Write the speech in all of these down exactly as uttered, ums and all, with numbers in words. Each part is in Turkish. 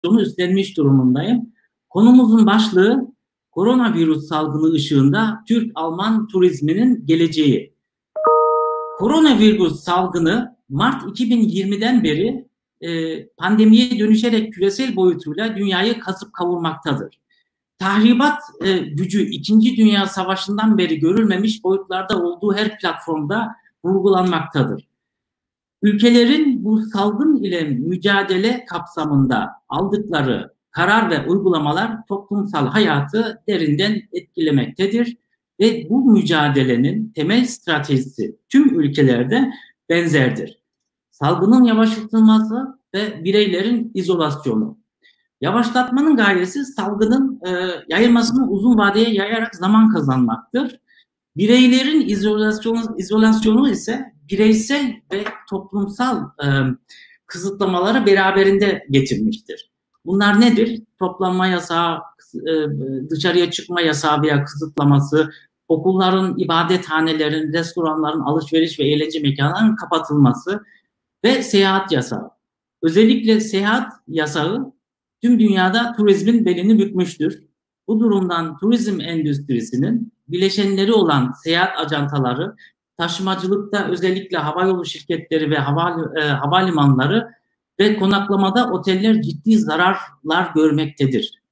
moderasyonu üstlenmiş durumundayım. Konumuzun başlığı koronavirüs salgını ışığında Türk-Alman turizminin geleceği. Koronavirüs salgını Mart iki bin yirmiden beri e, pandemiye dönüşerek küresel boyutuyla dünyayı kasıp kavurmaktadır. Tahribat e, gücü İkinci Dünya Savaşı'ndan beri görülmemiş boyutlarda olduğu her platformda vurgulanmaktadır. Ülkelerin bu salgın ile mücadele kapsamında aldıkları karar ve uygulamalar toplumsal hayatı derinden etkilemektedir ve bu mücadelenin temel stratejisi tüm ülkelerde benzerdir. Salgının yavaşlatılması ve bireylerin izolasyonu. Yavaşlatmanın gayesi salgının e, yayılmasını uzun vadeye yayarak zaman kazanmaktır. Bireylerin izolasyonu, izolasyonu ise bireysel ve toplumsal e, kısıtlamaları beraberinde getirmiştir. Bunlar nedir? Toplanma yasağı, e, dışarıya çıkma yasağı veya kısıtlaması, okulların, ibadethanelerin, restoranların, alışveriş ve eğlence mekanlarının kapatılması ve seyahat yasağı. Özellikle seyahat yasağı tüm dünyada turizmin belini bükmüştür. Bu durumdan turizm endüstrisinin bileşenleri olan seyahat ajantaları, taşımacılıkta özellikle havayolu şirketleri ve hava, e, havalimanları ve konaklamada oteller ciddi zararlar görmektedir.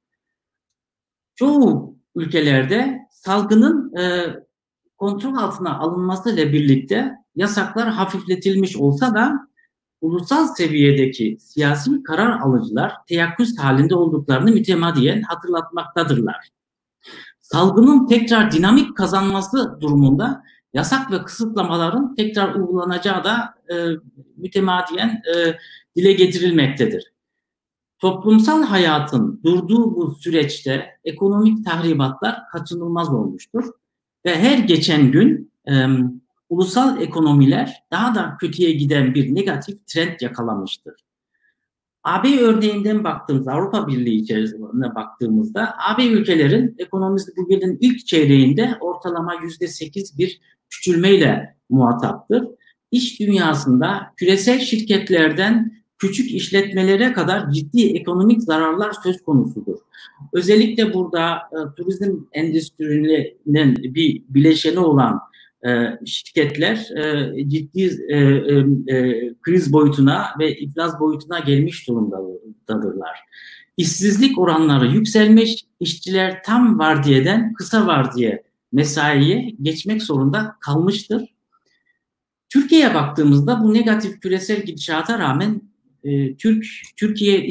Çoğu ülkelerde salgının e, kontrol altına alınmasıyla birlikte yasaklar hafifletilmiş olsa da ulusal seviyedeki siyasi karar alıcılar teyakkuz halinde olduklarını mütemadiyen hatırlatmaktadırlar. Salgının tekrar dinamik kazanması durumunda yasak ve kısıtlamaların tekrar uygulanacağı da e, mütemadiyen e, dile getirilmektedir. Toplumsal hayatın durduğu bu süreçte ekonomik tahribatlar kaçınılmaz olmuştur ve her geçen gün e, ulusal ekonomiler daha da kötüye giden bir negatif trend yakalamıştır. A B örneğinden baktığımızda, Avrupa Birliği içerisinde baktığımızda A B ülkelerin ekonomisi bu yılın ilk çeyreğinde ortalama yüzde sekiz bir küçülmeyle muhataptır. İş dünyasında küresel şirketlerden küçük işletmelere kadar ciddi ekonomik zararlar söz konusudur. Özellikle burada e, turizm endüstrisinin bir bileşeni olan e, şirketler e, ciddi e, e, kriz boyutuna ve iflas boyutuna gelmiş durumdadırlar. İşsizlik oranları yükselmiş, işçiler tam vardiyeden kısa vardiya mesaiye geçmek zorunda kalmıştır. Türkiye'ye baktığımızda bu negatif küresel gidişata rağmen e, Türk Türkiye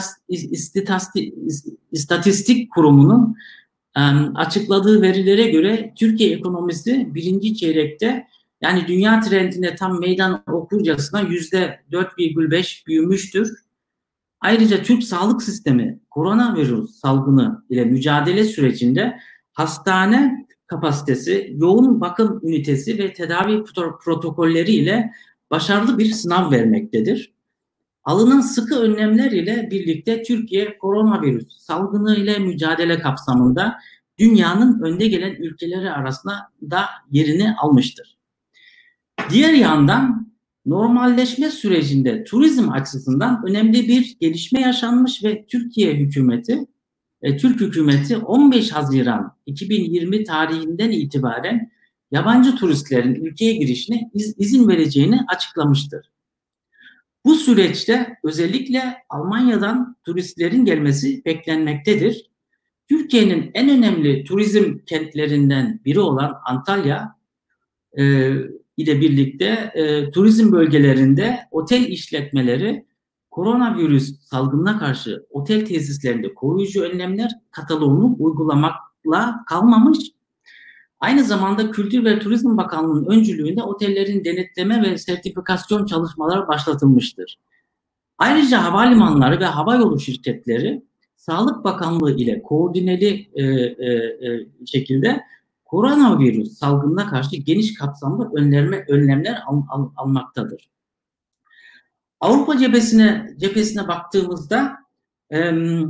İstatistik Kurumu'nun e, açıkladığı verilere göre Türkiye ekonomisi birinci çeyrekte yani dünya trendine tam meydan okurcasına yüzde dört virgül beş büyümüştür. Ayrıca Türk sağlık sistemi koronavirüs salgını ile mücadele sürecinde hastane kapasitesi, yoğun bakım ünitesi ve tedavi protokolleri ile başarılı bir sınav vermektedir. Alınan sıkı önlemler ile birlikte Türkiye koronavirüs salgını ile mücadele kapsamında dünyanın önde gelen ülkeleri arasında da yerini almıştır. Diğer yandan normalleşme sürecinde turizm açısından önemli bir gelişme yaşanmış ve Türkiye hükümeti E, Türk hükümeti on beş Haziran iki bin yirmi tarihinden itibaren yabancı turistlerin ülkeye girişine iz, izin vereceğini açıklamıştır. Bu süreçte özellikle Almanya'dan turistlerin gelmesi beklenmektedir. Türkiye'nin en önemli turizm kentlerinden biri olan Antalya e, ile birlikte e, turizm bölgelerinde otel işletmeleri koronavirüs salgınına karşı otel tesislerinde koruyucu önlemler kataloğunu uygulamakla kalmamış. Aynı zamanda Kültür ve Turizm Bakanlığı'nın öncülüğünde otellerin denetleme ve sertifikasyon çalışmaları başlatılmıştır. Ayrıca havalimanları ve havayolu şirketleri Sağlık Bakanlığı ile koordineli e, e, e, şekilde koronavirüs salgınına karşı geniş kapsamlı önleme, önlemler al, al, almaktadır. Avrupa cephesine, cephesine baktığımızda e,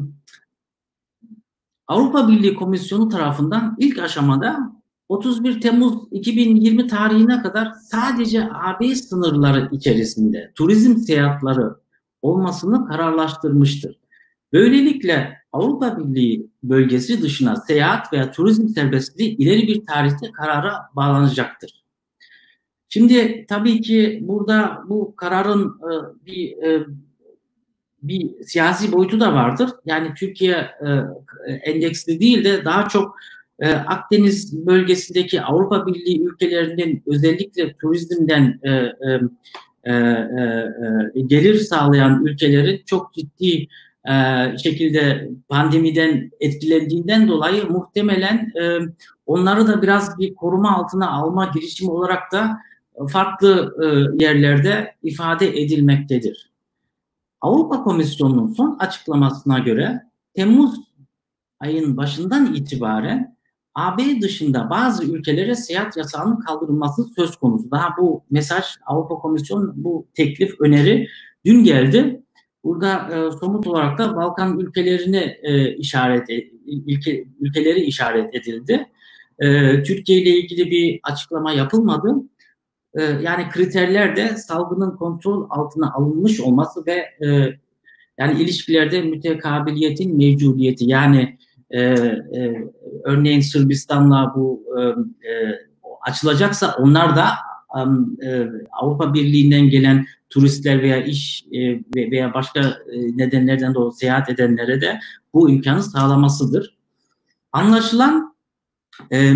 Avrupa Birliği Komisyonu tarafından ilk aşamada otuz bir Temmuz iki bin yirmi tarihine kadar sadece A B sınırları içerisinde turizm seyahatleri olmasını kararlaştırmıştır. Böylelikle Avrupa Birliği bölgesi dışına seyahat veya turizm serbestliği ileri bir tarihte karara bağlanacaktır. Şimdi tabii ki burada bu kararın e, bir e, bir siyasi boyutu da vardır. Yani Türkiye e, endeksli değil de daha çok e, Akdeniz bölgesindeki Avrupa Birliği ülkelerinin özellikle turizmden e, e, e, e, gelir sağlayan ülkelerin çok ciddi e, şekilde pandemiden etkilendiğinden dolayı muhtemelen e, onları da biraz bir koruma altına alma girişimi olarak da farklı e, yerlerde ifade edilmektedir. Avrupa Komisyonu'nun son açıklamasına göre Temmuz ayın başından itibaren A B dışında bazı ülkelere seyahat yasağının kaldırılması söz konusu. Daha bu mesaj Avrupa Komisyonu, bu teklif, öneri dün geldi. Burada e, somut olarak da Balkan ülkelerine e, işaret ülke, ülkeleri işaret edildi. E, Türkiye ile ilgili bir açıklama yapılmadı. E, yani kriterler de salgının kontrol altına alınmış olması ve e, yani ilişkilerde mütekabiliyetin mevcudiyeti, yani e, e, örneğin Sırbistan'la bu e, e, açılacaksa onlar da e, Avrupa Birliği'nden gelen turistler veya iş e, veya başka e, nedenlerden dolayı seyahat edenlere de bu imkanı sağlamasıdır. Anlaşılan e,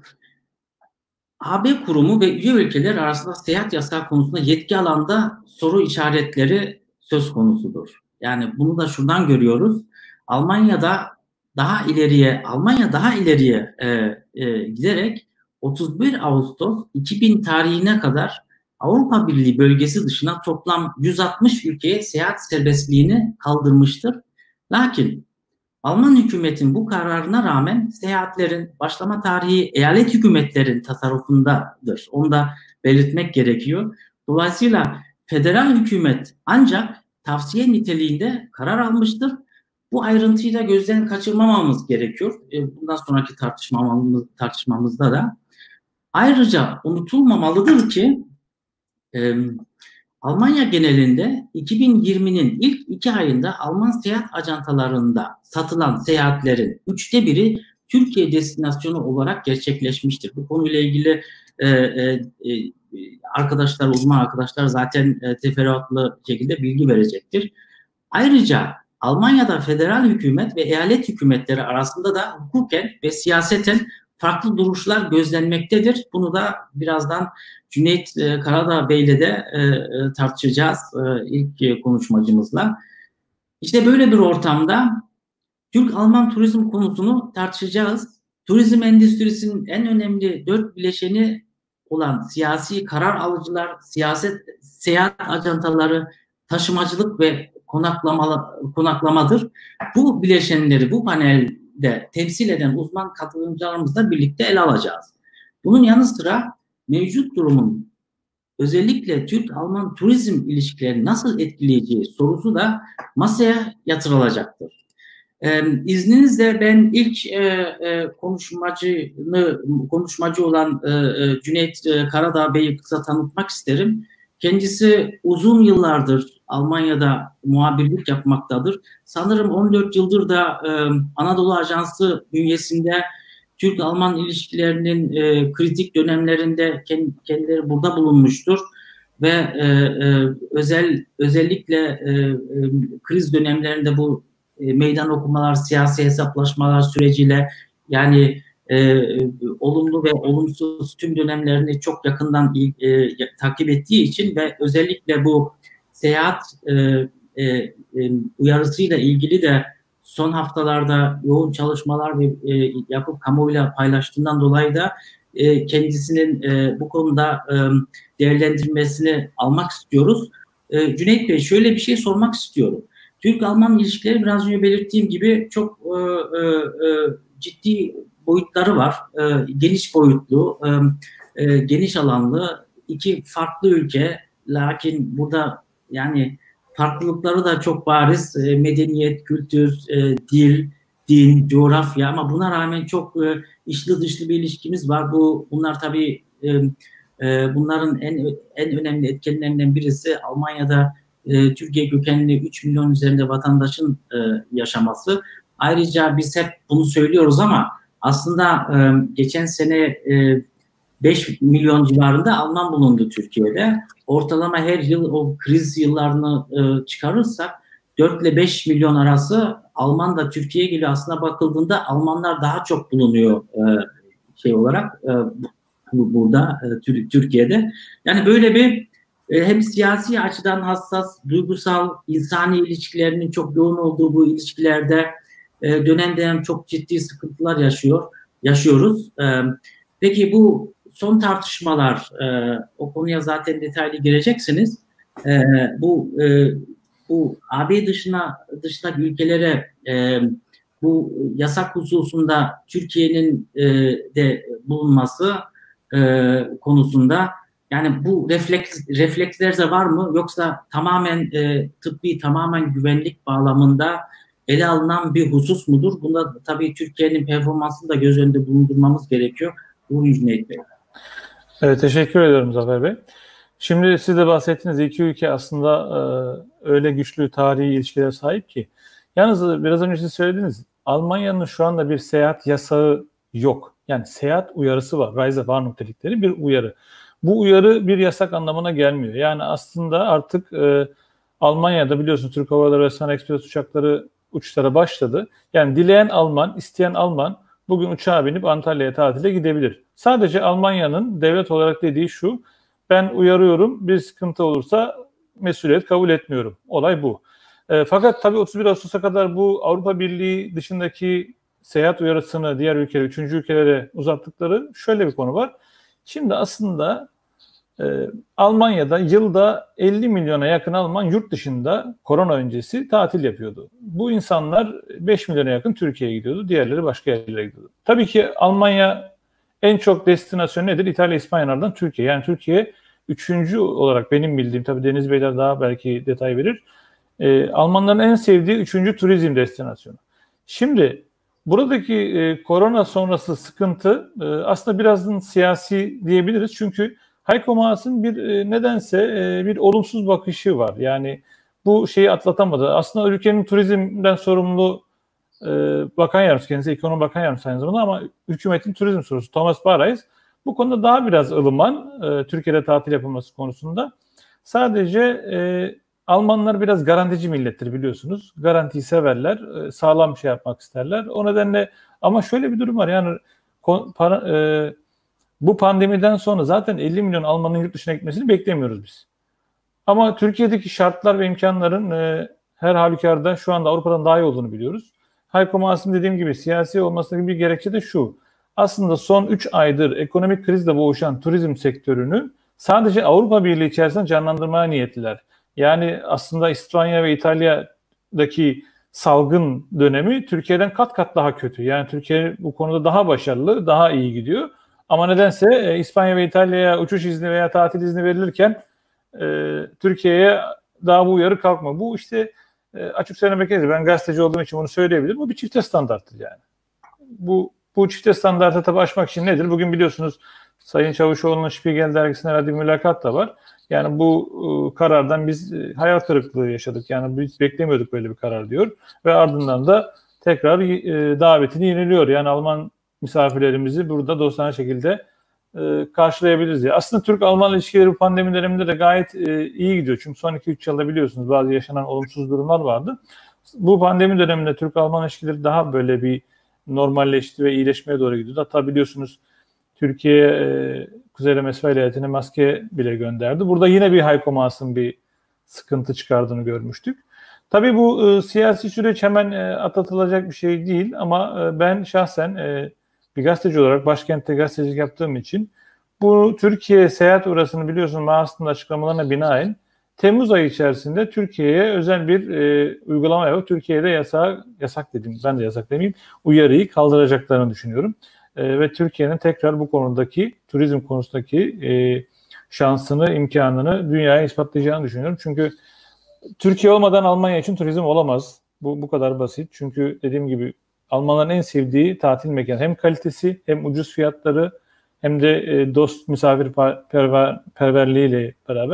A B kurumu ve üye ülkeler arasında seyahat yasağı konusunda yetki alanda soru işaretleri söz konusudur. Yani bunu da şuradan görüyoruz. Almanya'da daha ileriye, Almanya daha ileriye e, e, giderek otuz bir Ağustos iki bin tarihine kadar Avrupa Birliği bölgesi dışına toplam yüz altmış ülkeye seyahat serbestliğini kaldırmıştır. Lakin Alman hükümetin bu kararına rağmen seyahatlerin başlama tarihi eyalet hükümetlerin tasarrufundadır. Onu da belirtmek gerekiyor. Dolayısıyla federal hükümet ancak tavsiye niteliğinde karar almıştır. Bu ayrıntıyı da gözden kaçırmamamız gerekiyor. Bundan sonraki tartışmamız, tartışmamızda da. Ayrıca unutulmamalıdır ki e, Almanya genelinde iki bin yirminin ilk iki ayında Alman seyahat ajantalarında satılan seyahatlerin üçte biri Türkiye destinasyonu olarak gerçekleşmiştir. Bu konuyla ilgili e, e, arkadaşlar, uzman arkadaşlar zaten e, teferruatlı şekilde bilgi verecektir. Ayrıca Almanya'da federal hükümet ve eyalet hükümetleri arasında da hukuken ve siyaseten farklı duruşlar gözlenmektedir. Bunu da birazdan Cüneyt e, Karadağ Bey'le de e, tartışacağız e, ilk konuşmacımızla. İşte böyle bir ortamda Türk-Alman turizm konusunu tartışacağız. Turizm endüstrisinin en önemli dört bileşeni olan siyasi karar alıcılar, siyaset, seyahat ajantaları, taşımacılık ve konaklama, konaklamadır. Bu bileşenleri bu panelde temsil eden uzman katılımcılarımızla birlikte ele alacağız. Bunun yanı sıra mevcut durumun özellikle Türk-Alman turizm ilişkilerini nasıl etkileyeceği sorusu da masaya yatırılacaktır. Ee, izninizle ben ilk e, e, konuşmacını konuşmacı olan e, e, Cüneyt e, Karadağ Bey'i kısa tanıtmak isterim. Kendisi uzun yıllardır Almanya'da muhabirlik yapmaktadır. Sanırım on dört yıldır da e, Anadolu Ajansı bünyesinde Türk-Alman ilişkilerinin e, kritik dönemlerinde kendileri burada bulunmuştur ve e, e, özel özellikle e, e, kriz dönemlerinde bu e, meydan okumalar, siyasi hesaplaşmalar süreciyle yani e, olumlu ve olumsuz tüm dönemlerini çok yakından e, takip ettiği için ve özellikle bu seyahat e, e, e, uyarısıyla ilgili de son haftalarda yoğun çalışmalar ve e, yapıp kamuoyuyla paylaştığından dolayı da e, kendisinin e, bu konuda e, değerlendirmesini almak istiyoruz. E, Cüneyt Bey, şöyle bir şey sormak istiyorum. Türk-Alman ilişkileri biraz önce belirttiğim gibi çok e, e, ciddi boyutları var. E, geniş boyutlu, e, e, geniş alanlı iki farklı ülke. Lakin burada yani farklılıkları da çok bariz. E, medeniyet, kültür, e, dil, din, coğrafya, ama buna rağmen çok e, içli dışlı bir ilişkimiz var. Bu bunlar tabii e, e, bunların en en önemli etkenlerinden birisi Almanya'da e, Türkiye kökenli üç milyon üzerinde vatandaşın e, yaşaması. Ayrıca biz hep bunu söylüyoruz ama aslında e, geçen sene e, beş milyon civarında Alman bulundu Türkiye'de. Ortalama her yıl o kriz yıllarını e, çıkarırsak dört ile beş milyon arası Alman da Türkiye'ye geliyor. Aslında bakıldığında Almanlar daha çok bulunuyor e, şey olarak e, bu, burada e, Türkiye'de. Yani böyle bir e, hem siyasi açıdan hassas, duygusal, insani ilişkilerinin çok yoğun olduğu bu ilişkilerde e, dönem dönem çok ciddi sıkıntılar yaşıyor, yaşıyoruz. E, peki bu son tartışmalar, e, o konuya zaten detaylı gireceksiniz. E, bu e, bu A B dışına dışındaki ülkelere e, bu yasak hususunda Türkiye'nin e, de bulunması e, konusunda, yani bu refleks refleksler de var mı, yoksa tamamen e, tıbbi, tamamen güvenlik bağlamında ele alınan bir husus mudur? Bunda tabii Türkiye'nin performansını da göz önünde bulundurmamız gerekiyor. Buyurun Cüneyt Bey. Evet, teşekkür ediyorum Zafer Bey. Şimdi siz de bahsettiğiniz iki ülke aslında e, öyle güçlü tarihi ilişkilere sahip ki. Yalnız biraz önce siz söylediniz, Almanya'nın şu anda bir seyahat yasağı yok. Yani seyahat uyarısı var. Reisewarnung dedikleri bir uyarı. Bu uyarı bir yasak anlamına gelmiyor. Yani aslında artık e, Almanya'da biliyorsunuz Türk Hava Yolları ve Sun Express uçakları uçuşlara başladı. Yani dileyen Alman, isteyen Alman bugün uçağa binip Antalya'ya tatile gidebilir. Sadece Almanya'nın devlet olarak dediği şu: ben uyarıyorum, bir sıkıntı olursa mesuliyet kabul etmiyorum. Olay bu. E, fakat tabii otuz bir Ağustos'a kadar bu Avrupa Birliği dışındaki seyahat uyarısını diğer ülkelere, üçüncü ülkelere uzattıkları şöyle bir konu var. Şimdi aslında e, Almanya'da yılda elli milyona yakın Alman yurt dışında korona öncesi tatil yapıyordu. Bu insanlar beş milyona yakın Türkiye'ye gidiyordu. Diğerleri başka yerlere gidiyordu. Tabii ki Almanya en çok destinasyon nedir? İtalya, İspanya'dan Türkiye. Yani Türkiye üçüncü olarak benim bildiğim, tabii Deniz Beyler daha belki detay verir. E, Almanların en sevdiği üçüncü turizm destinasyonu. Şimdi buradaki e, korona sonrası sıkıntı e, aslında birazdan siyasi diyebiliriz. Çünkü Heiko Maas'ın bir e, nedense e, bir olumsuz bakışı var. Yani bu şeyi atlatamadı. Aslında ülkenin turizmden sorumlu e, bakan yardımcısı, kendisi ekonomi bakan yardımcısı aynı zamanda, ama hükümetin turizm sorusu Thomas Bauer bu konuda daha biraz ılıman e, Türkiye'de tatil yapılması konusunda. Sadece e, Almanlar biraz garantici millettir biliyorsunuz. Garantiyi severler, e, sağlam bir şey yapmak isterler. O nedenle, ama şöyle bir durum var, yani para, e, bu pandemiden sonra zaten elli milyon Almanın yurt dışına gitmesini beklemiyoruz biz. Ama Türkiye'deki şartlar ve imkanların e, her halükarda şu anda Avrupa'dan daha iyi olduğunu biliyoruz. Heiko Maas'ın dediğim gibi siyasi olmasındaki bir gerekçe de şu: aslında son üç aydır ekonomik krizle boğuşan turizm sektörünü sadece Avrupa Birliği içerisinde canlandırmaya niyetliler. Yani aslında İspanya ve İtalya'daki salgın dönemi Türkiye'den kat kat daha kötü. Yani Türkiye bu konuda daha başarılı, daha iyi gidiyor. Ama nedense e, İspanya ve İtalya'ya uçuş izni veya tatil izni verilirken e, Türkiye'ye daha bu uyarı kalkma. Bu işte e, açık söylemek gerekirse, ben gazeteci olduğum için bunu söyleyebilirim. Bu bir çifte standarttır yani. Bu bu çifte standartı tabii aşmak için nedir? Bugün biliyorsunuz Sayın Çavuşoğlu'nun Spiegel dergisine verdiği mülakat da var. Yani bu e, karardan biz e, hayal kırıklığı yaşadık. Yani biz beklemiyorduk böyle bir karar diyor. Ve ardından da tekrar e, davetini yeniliyor. Yani Alman misafirlerimizi burada dostane şekilde e, karşılayabiliriz diye. Aslında Türk-Alman ilişkileri bu pandemi döneminde de gayet e, iyi gidiyor. Çünkü son iki üç yılda biliyorsunuz bazı yaşanan olumsuz durumlar vardı. Bu pandemi döneminde Türk-Alman ilişkileri daha böyle bir normalleşti ve iyileşmeye doğru gidiyordu. Hatta biliyorsunuz Türkiye e, Kuzey Mesfel eyaletine maske bile gönderdi. Burada yine bir Heiko Maas'ın bir sıkıntı çıkardığını görmüştük. Tabii bu e, siyasi süreç hemen e, atlatılacak bir şey değil, ama e, ben şahsen e, bir gazeteci olarak başkentte gazetecilik yaptığım için bu Türkiye seyahat uğrasını biliyorsunuz Maas'ın açıklamalarına binaen Temmuz ayı içerisinde Türkiye'ye özel bir e, uygulama yapıp Türkiye'de yasak, yasak dedim, ben de yasak demeyeyim, uyarıyı kaldıracaklarını düşünüyorum. E, ve Türkiye'nin tekrar bu konudaki, turizm konusundaki e, şansını, imkanını dünyaya ispatlayacağını düşünüyorum. Çünkü Türkiye olmadan Almanya için turizm olamaz. Bu bu kadar basit. Çünkü dediğim gibi Almanların en sevdiği tatil mekanı. Hem kalitesi, hem ucuz fiyatları, hem de e, dost misafirperverliğiyle beraber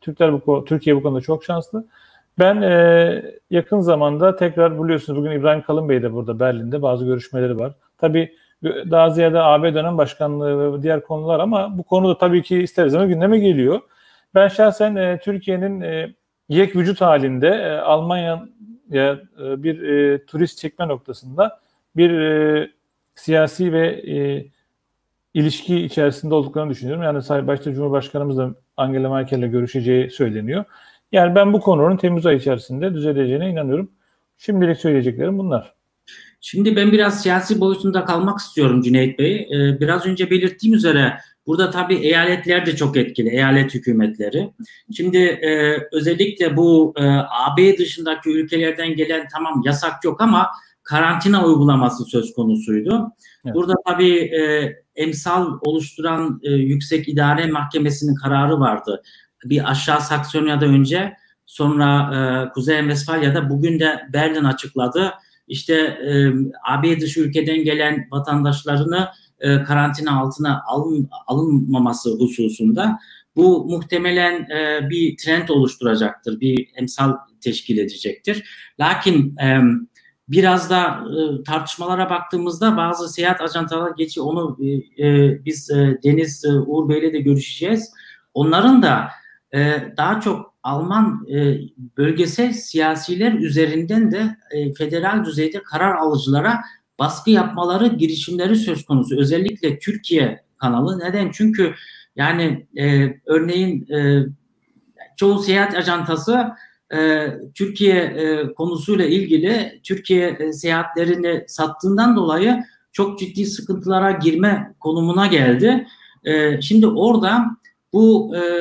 Türkler bu Türkiye bu konuda çok şanslı. Ben e, yakın zamanda tekrar biliyorsunuz bugün İbrahim Kalın Bey de burada Berlin'de bazı görüşmeleri var. Tabii daha ziyade A B dönem başkanlığı ve diğer konular ama bu konuda tabii ki ister istemez gündeme geliyor. Ben şahsen e, Türkiye'nin e, yek vücut halinde e, Almanya'ya e, bir e, turist çekme noktasında bir e, siyasi ve e, ilişki içerisinde olduklarını düşünüyorum. Yani başta Cumhurbaşkanımız da Angela Merkel'le görüşeceği söyleniyor. Yani ben bu konunun Temmuz ayı içerisinde düzeleceğine inanıyorum. Şimdilik söyleyeceklerim bunlar. Şimdi ben biraz siyasi boyutunda kalmak istiyorum Cüneyt Bey. Ee, biraz önce belirttiğim üzere burada tabii eyaletler de çok etkili, eyalet hükümetleri. Şimdi e, özellikle bu e, A B dışındaki ülkelerden gelen tamam yasak yok ama karantina uygulaması söz konusuydu. Evet. Burada tabii e, emsal oluşturan e, Yüksek İdare Mahkemesi'nin kararı vardı. Bir Aşağı Saksonya'da önce, sonra e, Kuzey Westfalya'da, bugün de Berlin açıkladı. İşte e, A B dışı ülkeden gelen vatandaşlarını e, karantina altına alın, alınmaması hususunda. Bu muhtemelen e, bir trend oluşturacaktır, bir emsal teşkil edecektir. Lakin e, biraz da e, tartışmalara baktığımızda bazı seyahat ajantaları geçi onu e, e, biz e, Deniz e, Uğur Bey'le de görüşeceğiz. Onların da e, daha çok Alman e, bölgesel siyasiler üzerinden de e, federal düzeyde karar alıcılara baskı yapmaları, girişimleri söz konusu. Özellikle Türkiye kanalı. Neden? Çünkü yani e, örneğin e, çoğu seyahat ajantası e, Türkiye e, konusuyla ilgili Türkiye e, seyahatlerini sattığından dolayı çok ciddi sıkıntılara girme konumuna geldi. E, şimdi orada bu e,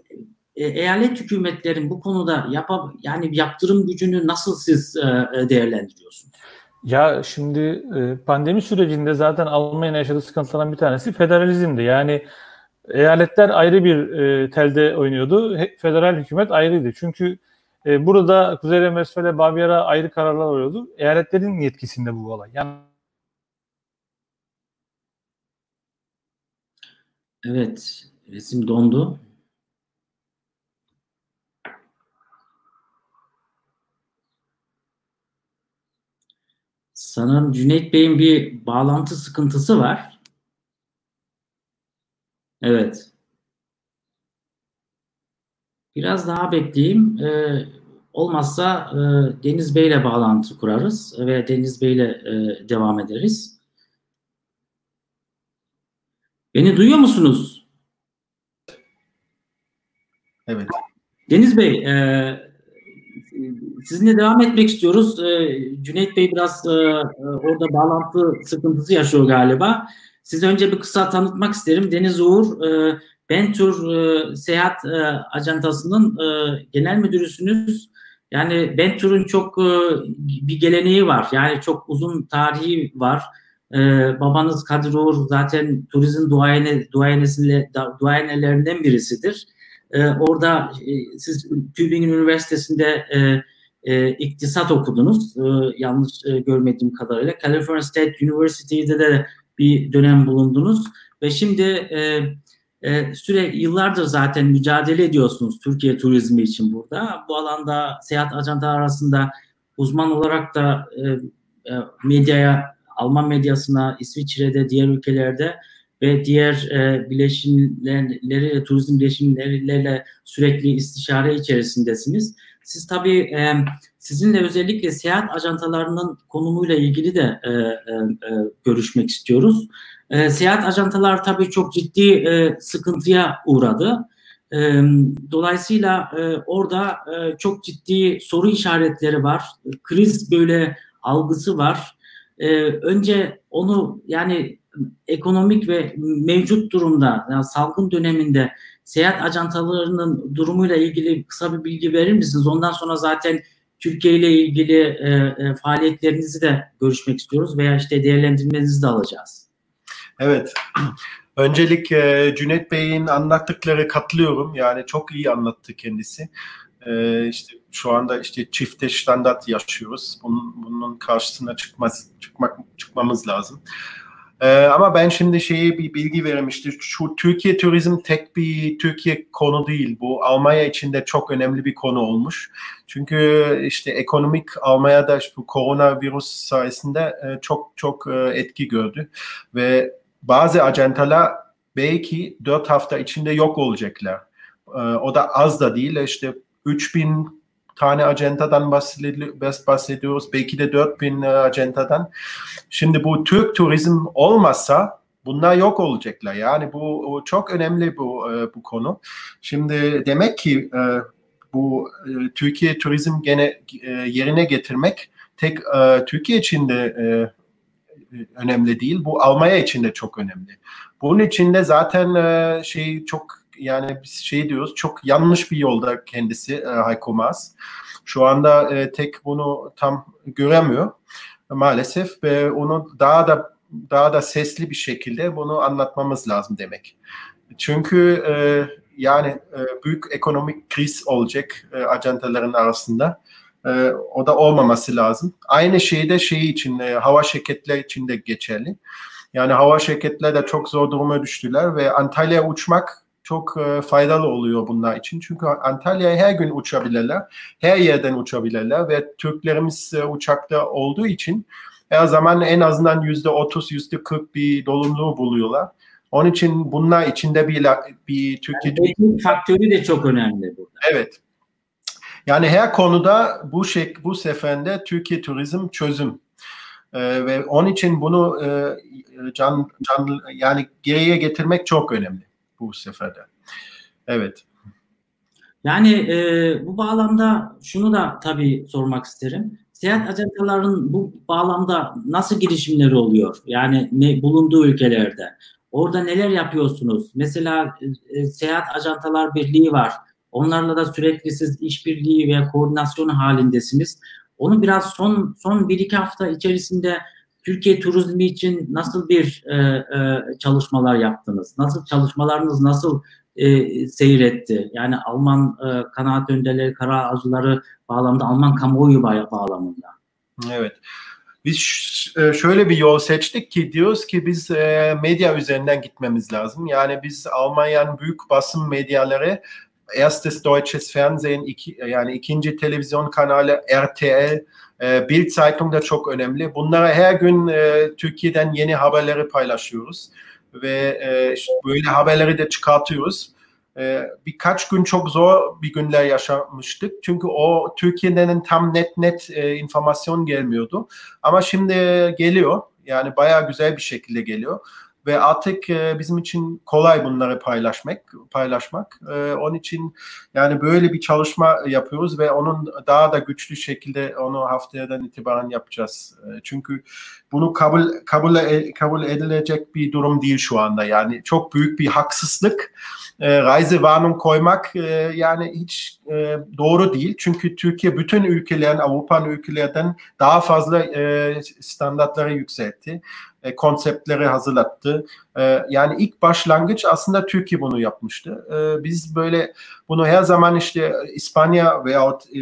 eyalet hükümetlerin bu konuda yap yani yaptırım gücünü nasıl siz e, değerlendiriyorsunuz? Ya şimdi e, pandemi sürecinde zaten Almanya'nın yaşadığı sıkıntılardan bir tanesi federalizmdi. Yani eyaletler ayrı bir e, telde oynuyordu. Federal hükümet ayrıydı. Çünkü e, burada Kuzey Ren-Westfalya, Bavyera ayrı kararlar alıyordu. Eyaletlerin yetkisinde bu olay. Yani evet, resim dondu. Sanırım Cüneyt Bey'in bir bağlantı sıkıntısı var. Evet. Biraz daha bekleyeyim. Ee, olmazsa e, Deniz Bey'le bağlantı kurarız ve Deniz Bey'le e, devam ederiz. Beni duyuyor musunuz? Evet. Deniz Bey, e, sizinle devam etmek istiyoruz. E, Cüneyt Bey biraz e, orada bağlantı sıkıntısı yaşıyor galiba. Sizi önce bir kısa tanıtmak isterim. Deniz Uğur, e, Bentur e, Seyahat e, Ajantası'nın e, genel müdürüsünüz. Yani Bentur'un çok e, bir geleneği var. Yani çok uzun tarihi var. E, babanız Kadir Uğur zaten turizm duayene, duayenesiyle, duayenelerinden birisidir. Ee, orada e, siz Tübingen Üniversitesi'nde e, e, iktisat okudunuz. E, yanlış e, görmediğim kadarıyla. California State University'de de bir dönem bulundunuz. Ve şimdi e, e, süre yıllardır zaten mücadele ediyorsunuz Türkiye turizmi için burada. Bu alanda seyahat ajantaları arasında uzman olarak da e, e, medyaya, Alman medyasına, İsviçre'de, diğer ülkelerde ve diğer e, bileşimleri, turizm bileşimleriyle sürekli istişare içerisindesiniz. Siz tabii e, sizinle özellikle seyahat ajantalarının konumuyla ilgili de e, e, e, görüşmek istiyoruz. E, seyahat ajantalar tabii çok ciddi e, sıkıntıya uğradı. E, dolayısıyla e, orada e, çok ciddi soru işaretleri var. Kriz böyle algısı var. E, önce onu yani ekonomik ve mevcut durumda yani salgın döneminde seyahat ajantalarının durumuyla ilgili kısa bir bilgi verir misiniz? Ondan sonra zaten Türkiye ile ilgili e, e, faaliyetlerinizi de görüşmek istiyoruz veya işte değerlendirmenizi de alacağız. Evet. Öncelikle Cüneyt Bey'in anlattıkları katılıyorum. Yani çok iyi anlattı kendisi. Ee, işte şu anda işte çifte standart yaşıyoruz. Bunun, bunun karşısına çıkmaz, çıkmak, çıkmamız lazım. Ee, ama ben şimdi şeye bir bilgi vermiştim. Şu Türkiye turizm tek bir Türkiye konu değil. Bu Almanya için de çok önemli bir konu olmuş. Çünkü işte ekonomik Almanya'da bu koronavirüs sayesinde e, çok çok e, etki gördü. Ve bazı ajantalar belki dört hafta içinde yok olacaklar. E, o da az da değil. İşte üç bin tane ajantadan bahsediyoruz. Belki de dört bin ajantadan. Şimdi bu Türk turizm olmazsa bunlar yok olacaklar. Yani bu çok önemli bu bu konu. Şimdi demek ki bu Türkiye turizm gene yerine getirmek tek Türkiye için de önemli değil. Bu Almanya için de çok önemli. Bunun için de zaten şey çok yani biz şey diyoruz çok yanlış bir yolda kendisi Heiko Maas. Şu anda e, tek bunu tam göremiyor maalesef ve onu daha da daha da sesli bir şekilde bunu anlatmamız lazım demek. Çünkü e, yani e, büyük ekonomik kriz olacak e, ajantaların arasında. E, o da olmaması lazım. Aynı şey de şey için e, hava şirketleri için de geçerli. Yani hava şirketleri de çok zor duruma düştüler ve Antalya'ya uçmak çok e, faydalı oluyor bunlar için. Çünkü Antalya'ya her gün uçabilirler. Her yerden uçabilirler ve Türklerimiz e, uçakta olduğu için her zaman en azından yüzde otuz, yüzde kırk bir dolumluğu buluyorlar. Onun için bunlar içinde bir, bir Türkiye... Yani faktörü de çok önemli burada. Evet. Yani her konuda bu şey, bu seferinde Türkiye turizm çözüm. Ee, ve onun için bunu e, can, can yani geriye getirmek çok önemli bu seferde. Evet. Yani e, bu bağlamda şunu da tabii sormak isterim. Seyahat ajantalarının bu bağlamda nasıl girişimleri oluyor? Yani ne bulunduğu ülkelerde. Orada neler yapıyorsunuz? Mesela e, Seyahat Ajantalar Birliği var. Onlarla da sürekli siz işbirliği ve koordinasyon halindesiniz. Onu biraz son son bir iki hafta içerisinde Türkiye turizmi için nasıl bir e, e, çalışmalar yaptınız? Nasıl çalışmalarınız nasıl e, seyretti? Yani Alman e, kanaat önderleri, karar alıcıları bağlamında, Alman kamuoyu bağlamında. Evet. Biz şöyle bir yol seçtik ki diyoruz ki biz e, medya üzerinden gitmemiz lazım. Yani biz Almanya'nın büyük basın medyaları, erstes Deutsches Fernsehen, iki, yani ikinci televizyon kanalı R T L, e, Bild Zeitung da çok önemli. Bunlara her gün e, Türkiye'den yeni haberleri paylaşıyoruz ve e, işte böyle haberleri de çıkartıyoruz. Ee, birkaç gün çok zor bir günler yaşamıştık. Çünkü o Türkiye'den tam net net e, informasyon gelmiyordu. Ama şimdi geliyor. Yani bayağı güzel bir şekilde geliyor. Ve artık e, bizim için kolay bunları paylaşmak. paylaşmak. E, onun için yani böyle bir çalışma yapıyoruz ve onun daha da güçlü şekilde onu haftadan itibaren yapacağız. E, çünkü bunu kabul kabul kabul edilecek bir durum değil şu anda. Yani çok büyük bir haksızlık. E, Reisewarnung koymak e, yani hiç e, doğru değil. Çünkü Türkiye bütün ülkelerin, Avrupa'nın ülkelerden daha fazla e, standartları yükseltti. E, konseptleri hazırlattı. E, yani ilk başlangıç aslında Türkiye bunu yapmıştı. E, biz böyle bunu her zaman işte İspanya veyahut e,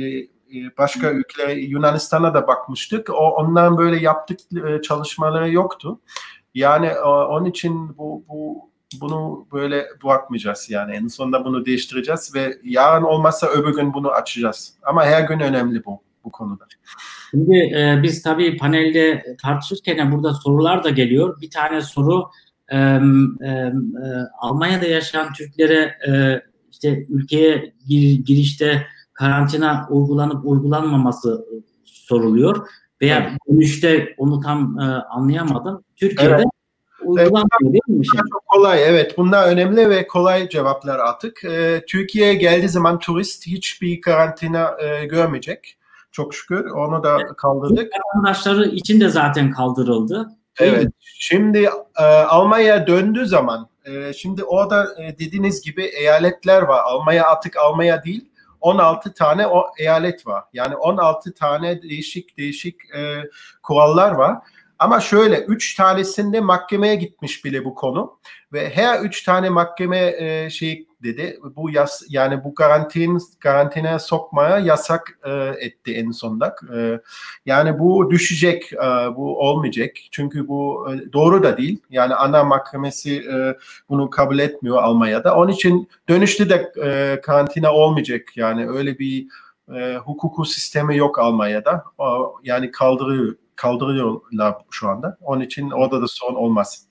başka ülkelere, Yunanistan'a da bakmıştık. O, onların böyle yaptık e, çalışmaları yoktu. Yani e, onun için bu, bu bunu böyle bırakmayacağız yani. En sonunda bunu değiştireceğiz ve yarın olmazsa öbür gün bunu açacağız. Ama her gün önemli bu bu konuda. Şimdi e, biz tabii panelde tartışırken burada sorular da geliyor. Bir tane soru e, e, e, Almanya'da yaşayan Türklere e, işte ülkeye gir, girişte karantina uygulanıp uygulanmaması soruluyor. Veya evet. Dönüşte onu tam e, anlayamadım. Türkiye'de evet. Uygulanmıyor evet, değil mi? Bunlar çok kolay, evet. Bunlar önemli ve kolay cevaplar artık. Ee, Türkiye'ye geldiği zaman turist hiçbir karantina e, görmeyecek. Çok şükür. Onu da evet, kaldırdık. Vatandaşları için de zaten kaldırıldı. Evet. Şimdi e, Almanya'ya döndüğü zaman, e, şimdi orada e, dediğiniz gibi eyaletler var. Almanya artık Almanya değil. on altı tane o eyalet var. Yani on altı tane değişik değişik e, kurallar var. Ama şöyle üç tanesinde mahkemeye gitmiş bile bu konu ve her üç tane mahkeme e, şey dedi bu yas yani bu karantin karantinaya sokmaya yasak e, etti en sonunda. E, yani bu düşecek, e, bu olmayacak çünkü bu e, doğru da değil. Yani ana mahkemesi e, bunu kabul etmiyor Almanya'da. Onun için dönüşte de e, karantina olmayacak. Yani öyle bir e, hukuku sistemi yok Almanya'da. O, yani kaldırıyor kaldırıyorlar şu anda. Onun için orada da sorun olmaz.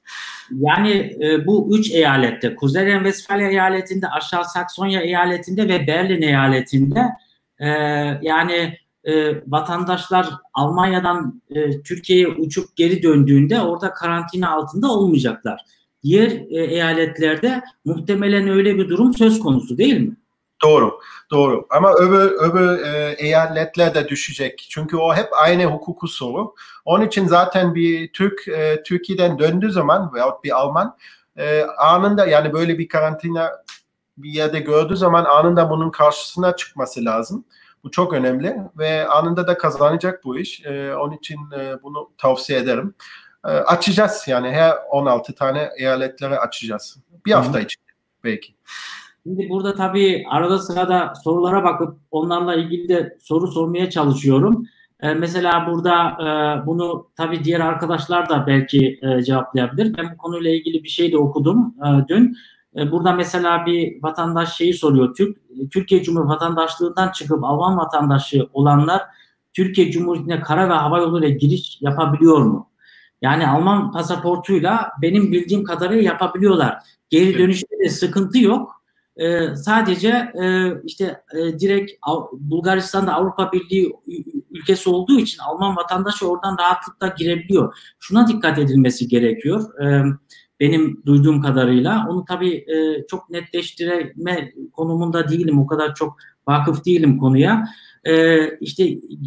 Yani e, bu üç eyalette, Kuzey Ren-Vesfalya eyaletinde, Aşağı Saksonya eyaletinde ve Berlin eyaletinde e, yani e, vatandaşlar Almanya'dan e, Türkiye'ye uçup geri döndüğünde orada karantina altında olmayacaklar. Diğer e, eyaletlerde muhtemelen öyle bir durum söz konusu değil mi? Doğru, doğru. Ama öbür, öbür e, eyaletler de düşecek. Çünkü o hep aynı hukuku soru. Onun için zaten bir Türk e, Türkiye'den döndüğü zaman veyahut bir Alman e, anında yani böyle bir karantina bir yerde gördüğü zaman anında bunun karşısına çıkması lazım. Bu çok önemli ve anında da kazanacak bu iş. E, onun için e, bunu tavsiye ederim. E, açacağız yani her on altı tane eyaletlere açacağız. Bir hafta Hı-hı. içinde belki. Şimdi burada tabii arada sırada sorulara bakıp onlarla ilgili de soru sormaya çalışıyorum. Ee, mesela burada e, bunu tabii diğer arkadaşlar da belki e, cevaplayabilir. Ben bu konuyla ilgili bir şey de okudum e, dün. E, burada mesela bir vatandaş şeyi soruyor. Türk, Türkiye Cumhuriyeti vatandaşlığından çıkıp Alman vatandaşı olanlar Türkiye Cumhuriyeti'ne kara ve hava yoluyla giriş yapabiliyor mu? Yani Alman pasaportuyla benim bildiğim kadarıyla yapabiliyorlar. Geri dönüşte de sıkıntı yok. Ee, sadece e, işte e, direkt Bulgaristan'da Avrupa Birliği ülkesi olduğu için Alman vatandaşı oradan rahatlıkla girebiliyor. Şuna dikkat edilmesi gerekiyor. E, benim duyduğum kadarıyla. Onu tabii e, çok netleştirme konumunda değilim. O kadar çok vakıf değilim konuya. E, işte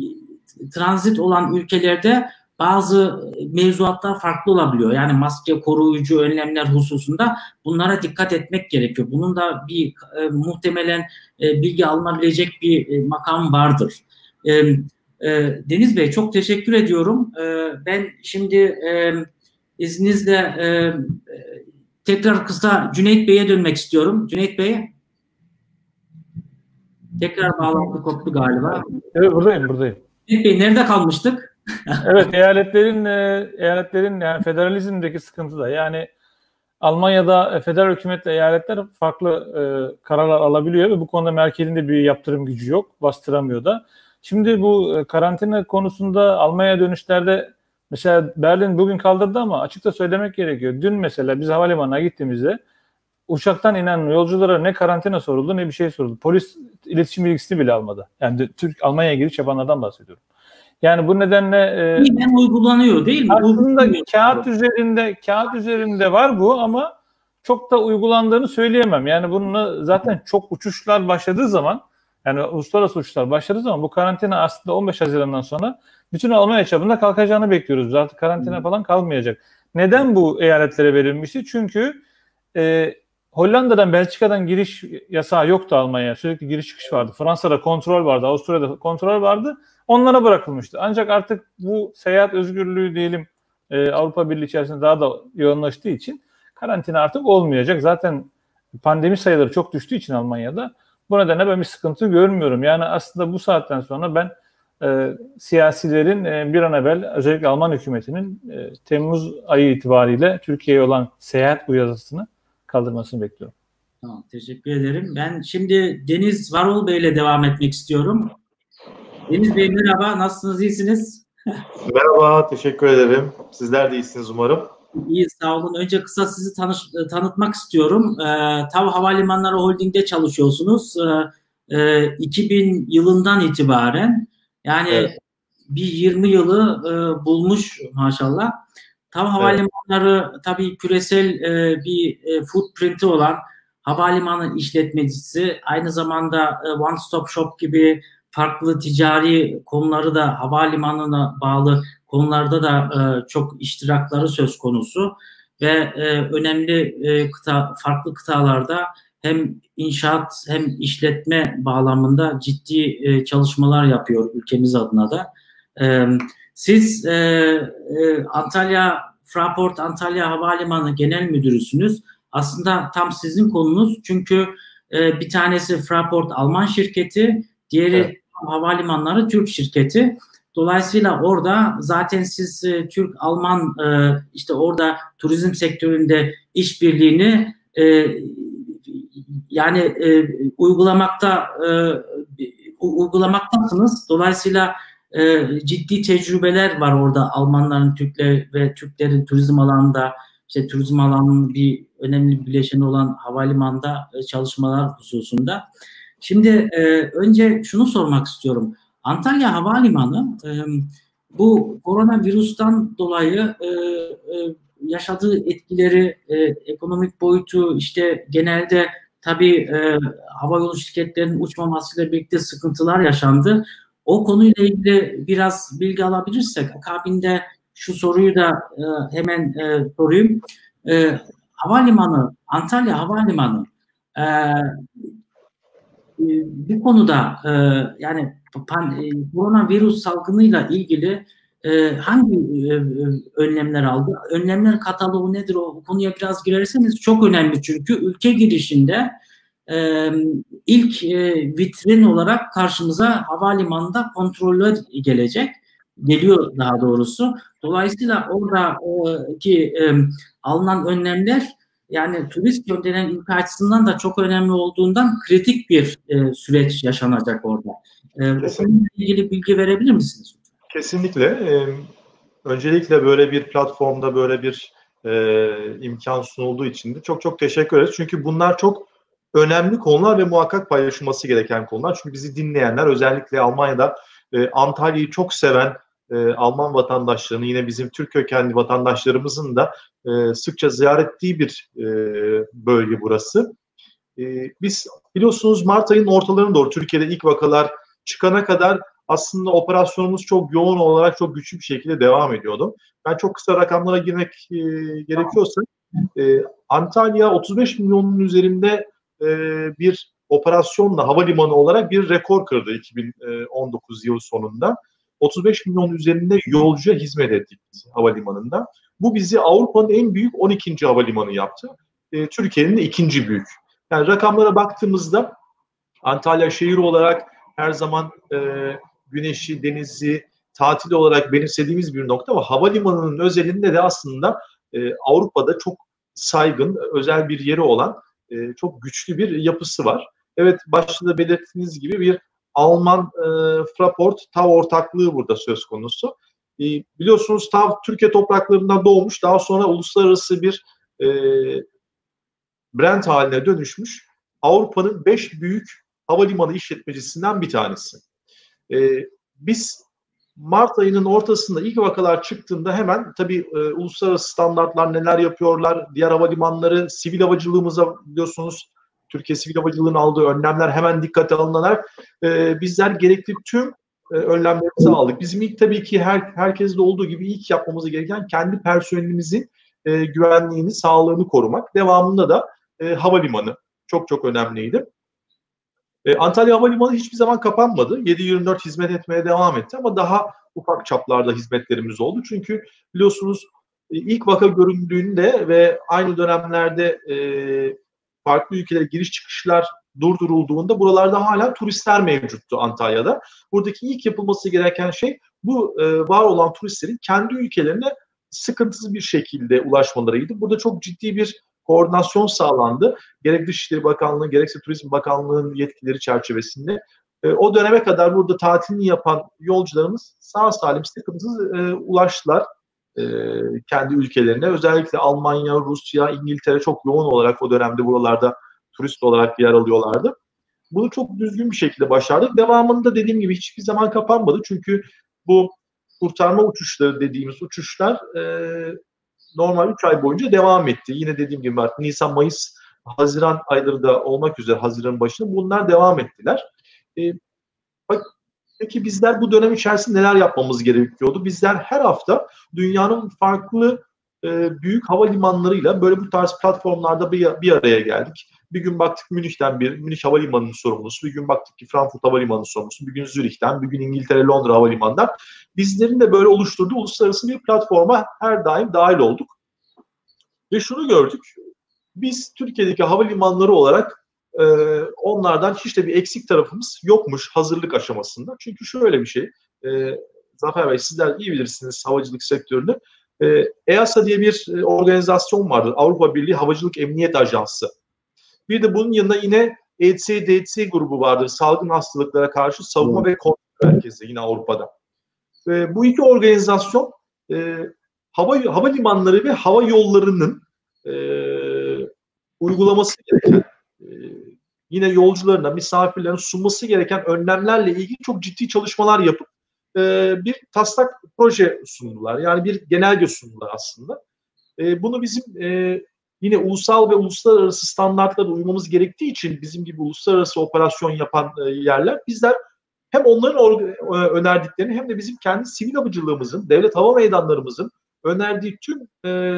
transit olan ülkelerde bazı mevzuatlar farklı olabiliyor. Yani maske, koruyucu önlemler hususunda bunlara dikkat etmek gerekiyor. Bunun da bir e, muhtemelen e, bilgi alınabilecek bir e, makam vardır. E, e, Deniz Bey çok teşekkür ediyorum. E, ben şimdi e, izninizle e, tekrar kısa Cüneyt Bey'e dönmek istiyorum. Cüneyt Bey, tekrar bağlantı koptu galiba. Evet, buradayım, buradayım. Cüneyt Bey, nerede kalmıştık? Evet, eyaletlerin eyaletlerin yani federalizmdeki sıkıntı da yani Almanya'da federal hükümetle eyaletler farklı e, kararlar alabiliyor ve bu konuda Merkel'in de bir yaptırım gücü yok, bastıramıyor da. Şimdi bu e, karantina konusunda Almanya'ya dönüşlerde mesela Berlin bugün kaldırdı ama açıkça söylemek gerekiyor. Dün mesela biz havalimanına gittiğimizde uçaktan inen yolculara ne karantina soruldu ne bir şey soruldu. Polis iletişim bilgisini bile almadı. Yani Türk Almanya'ya giriş yapanlardan bahsediyorum. Yani bu nedenle e, uygulanıyor değil mi? Aslında kağıt üzerinde kağıt üzerinde var bu ama çok da uygulandığını söyleyemem. Yani bununla zaten çok uçuşlar başladığı zaman yani uluslararası uçuşlar başladığı zaman bu karantina aslında on beş Haziran'dan sonra bütün Almanya çapında kalkacağını bekliyoruz. Artık karantina falan kalmayacak. Neden bu eyaletlere verilmişti? Çünkü e, Hollanda'dan, Belçika'dan giriş yasağı yoktu Almanya'ya. Sürekli giriş çıkış vardı. Fransa'da kontrol vardı, Avusturya'da kontrol vardı. Onlara bırakılmıştı. Ancak artık bu seyahat özgürlüğü diyelim e, Avrupa Birliği içerisinde daha da yoğunlaştığı için karantina artık olmayacak. Zaten pandemi sayıları çok düştüğü için Almanya'da bu nedenle ben bir sıkıntı görmüyorum. Yani aslında bu saatten sonra ben e, siyasilerin e, bir an evvel özellikle Alman hükümetinin e, Temmuz ayı itibariyle Türkiye'ye olan seyahat uyarısını kaldırmasını bekliyorum. Tamam, teşekkür ederim. Ben şimdi Deniz Varol Bey ile devam etmek istiyorum. Deniz Bey merhaba, nasılsınız, iyisiniz? Merhaba, teşekkür ederim. Sizler de iyisiniz umarım. İyi, sağ olun. Önce kısa sizi tanış, tanıtmak istiyorum. Ee, TAV Havalimanları Holding'de çalışıyorsunuz. Ee, e, iki bin yılından itibaren yani evet. Bir yirmi yılı e, bulmuş maşallah. TAV Havalimanları evet. Tabii küresel e, bir e, footprint'i olan havalimanı işletmecisi, aynı zamanda e, One Stop Shop gibi farklı ticari konuları da havalimanına bağlı konularda da e, çok iştirakları söz konusu ve e, önemli e, kıta, farklı kıtalarda hem inşaat hem işletme bağlamında ciddi e, çalışmalar yapıyor ülkemiz adına da. E, Siz e, e, Antalya Fraport Antalya Havalimanı Genel Müdürüsünüz. Aslında tam sizin konunuz, çünkü e, bir tanesi Fraport Alman şirketi, diğeri evet. Havalimanları Türk şirketi. Dolayısıyla orada zaten siz e, Türk-Alman e, işte orada turizm sektöründe işbirliğini e, yani e, uygulamakta e, uygulamaktasınız. Dolayısıyla e, ciddi tecrübeler var orada Almanların, Türkler ve Türklerin turizm alanında, işte turizm alanının bir önemli bileşeni olan havalimanında e, çalışmalar hususunda. Şimdi e, önce şunu sormak istiyorum. Antalya Havalimanı e, bu koronavirüsten dolayı e, e, yaşadığı etkileri, e, ekonomik boyutu, işte genelde tabii e, havayolu şirketlerinin uçmamasıyla birlikte sıkıntılar yaşandı. O konuyla ilgili biraz bilgi alabilirsek, akabinde şu soruyu da e, hemen e, sorayım. E, havalimanı, Antalya Havalimanı e, bu konuda e, yani pan, e, koronavirüs salgınıyla ilgili e, hangi e, önlemler aldı? Önlemler kataloğu nedir? O konuya biraz girerseniz çok önemli, çünkü ülke girişinde e, ilk e, vitrin olarak karşımıza havalimanında kontroller gelecek. Geliyor daha doğrusu. Dolayısıyla oradaki e, alınan önlemler, yani turist gönderen ülke açısından da çok önemli olduğundan kritik bir e, süreç yaşanacak orada. E, bu konuyla ilgili bilgi verebilir misiniz? Kesinlikle. Ee, öncelikle böyle bir platformda böyle bir e, imkan sunulduğu için de çok çok teşekkür ederiz. Çünkü bunlar çok önemli konular ve muhakkak paylaşılması gereken konular. Çünkü bizi dinleyenler, özellikle Almanya'da e, Antalya'yı çok seven e, Alman vatandaşlarının, yine bizim Türk kökenli vatandaşlarımızın da e, sıkça ziyaret ettiği bir e, bölge burası. E, biz biliyorsunuz Mart ayının ortalarına doğru Türkiye'de ilk vakalar çıkana kadar aslında operasyonumuz çok yoğun olarak, çok güçlü bir şekilde devam ediyordu. Ben çok kısa rakamlara girmek e, gerekiyorsa, e, Antalya otuz beş milyonun üzerinde e, bir operasyonla havalimanı olarak bir rekor kırdı iki bin on dokuz yılı sonunda. otuz beş milyon üzerinde yolcuya hizmet ettik biz havalimanında. Bu bizi Avrupa'nın en büyük on ikinci havalimanı yaptı. E, Türkiye'nin de ikinci büyük. Yani rakamlara baktığımızda Antalya şehir olarak her zaman e, güneşi, denizi, tatili olarak benimsediğimiz bir nokta, ama havalimanının özelinde de aslında e, Avrupa'da çok saygın, özel bir yeri olan e, çok güçlü bir yapısı var. Evet, başta da belirttiğiniz gibi bir Alman e, Fraport TAV ortaklığı burada söz konusu. E, biliyorsunuz TAV Türkiye topraklarından doğmuş, daha sonra uluslararası bir e, brand haline dönüşmüş. Avrupa'nın beş büyük havalimanı işletmecisinden bir tanesi. Ee, biz Mart ayının ortasında ilk vakalar çıktığında hemen tabii e, uluslararası standartlar neler yapıyorlar, diğer havalimanları, sivil havacılığımıza biliyorsunuz Türkiye Sivil Havacılığı'nın aldığı önlemler hemen dikkate alınarak e, bizler gerekli tüm e, önlemlerimizi aldık. Bizim ilk tabii ki her herkeste olduğu gibi ilk yapmamız gereken kendi personelimizin e, güvenliğini, sağlığını korumak. Devamında da e, havalimanı çok çok önemliydi. E, Antalya Havalimanı hiçbir zaman kapanmadı. yedi yirmi dört hizmet etmeye devam etti, ama daha ufak çaplarda hizmetlerimiz oldu. Çünkü biliyorsunuz e, ilk vaka görüldüğünde ve aynı dönemlerde e, farklı ülkelere giriş çıkışlar durdurulduğunda buralarda hala turistler mevcuttu Antalya'da. Buradaki ilk yapılması gereken şey bu e, var olan turistlerin kendi ülkelerine sıkıntısız bir şekilde ulaşmalarıydı. Burada çok ciddi bir koordinasyon sağlandı. Gerek Dışişleri Bakanlığı, gerekse Turizm Bakanlığı'nın yetkileri çerçevesinde. E, o döneme kadar burada tatilini yapan yolcularımız sağ salim sıkıntısız e, ulaştılar e, kendi ülkelerine. Özellikle Almanya, Rusya, İngiltere çok yoğun olarak o dönemde buralarda turist olarak yer alıyorlardı. Bunu çok düzgün bir şekilde başardık. Devamında dediğim gibi hiçbir zaman kapanmadı. Çünkü bu kurtarma uçuşları dediğimiz uçuşlar e, normal üç ay boyunca devam etti. Yine dediğim gibi artık Nisan, Mayıs, Haziran ayları da olmak üzere Haziran'ın başında bunlar devam ettiler. E, bak, peki bizler bu dönem içerisinde neler yapmamız gerekiyordu? Bizler her hafta dünyanın farklı e, büyük havalimanlarıyla böyle bu tarz platformlarda bir, bir araya geldik. Bir gün baktık Münih'ten bir, Münih Havalimanı'nın sorumlusu, bir gün baktık ki Frankfurt Havalimanı'nın sorumlusu, bir gün Zürih'ten, bir gün İngiltere, Londra Havalimanı'ndan. Bizlerin de böyle oluşturduğu uluslararası bir platforma her daim dahil olduk. Ve şunu gördük, biz Türkiye'deki havalimanları olarak e, onlardan hiç de bir eksik tarafımız yokmuş hazırlık aşamasında. Çünkü şöyle bir şey, e, Zafer Bey sizler iyi bilirsiniz havacılık sektörünü. E, E A S A diye bir e, organizasyon vardır, Avrupa Birliği Havacılık Emniyet Ajansı. Bir de bunun yanında yine E C D C grubu vardır, salgın hastalıklara karşı savunma ve kontrol merkezi yine Avrupa'da. E, bu iki organizasyon e, hava havalimanları ve hava yollarının e, uygulaması gereken, e, yine yolcularına, misafirlerine sunması gereken önlemlerle ilgili çok ciddi çalışmalar yapıp e, bir taslak proje sundular. Yani bir genelge sundular aslında. E, bunu bizim e, yine ulusal ve uluslararası standartlara uymamız gerektiği için bizim gibi uluslararası operasyon yapan e, yerler, bizler hem onların önerdiklerini hem de bizim kendi sivil havacılığımızın, devlet hava meydanlarımızın önerdiği tüm e,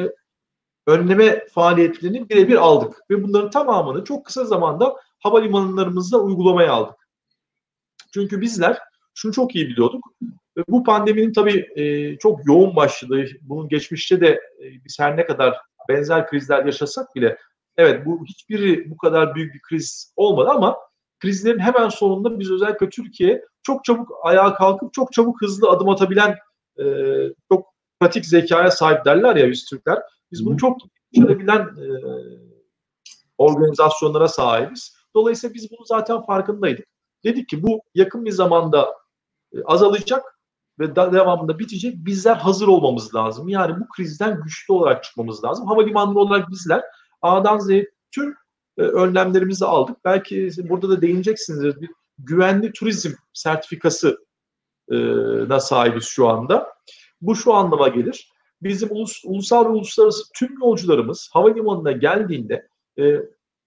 önleme faaliyetlerini birebir aldık. Ve bunların tamamını çok kısa zamanda havalimanlarımızda uygulamaya aldık. Çünkü bizler şunu çok iyi biliyorduk. Bu pandeminin tabii e, çok yoğun başladığı, bunun geçmişte de e, biz her ne kadar benzer krizler yaşasak bile, evet bu hiçbiri bu kadar büyük bir kriz olmadı ama krizlerin hemen sonunda biz özellikle Türkiye çok çabuk ayağa kalkıp çok çabuk hızlı adım atabilen, e, çok pratik zekaya sahip derler ya biz Türkler. Biz bunu çok başarabilen e, organizasyonlara sahibiz. Dolayısıyla biz bunu zaten farkındaydık. Dedik ki bu yakın bir zamanda e, azalacak ve da, devamında bitecek. Bizler hazır olmamız lazım. Yani bu krizden güçlü olarak çıkmamız lazım. Havalimanları olarak bizler A'dan Z'ye tüm e, önlemlerimizi aldık. Belki burada da değineceksiniz. Bir güvenli turizm sertifikası e, da sahibiz şu anda. Bu şu anlama gelir. Bizim ulus, ulusal ve uluslararası tüm yolcularımız havalimanına geldiğinde e,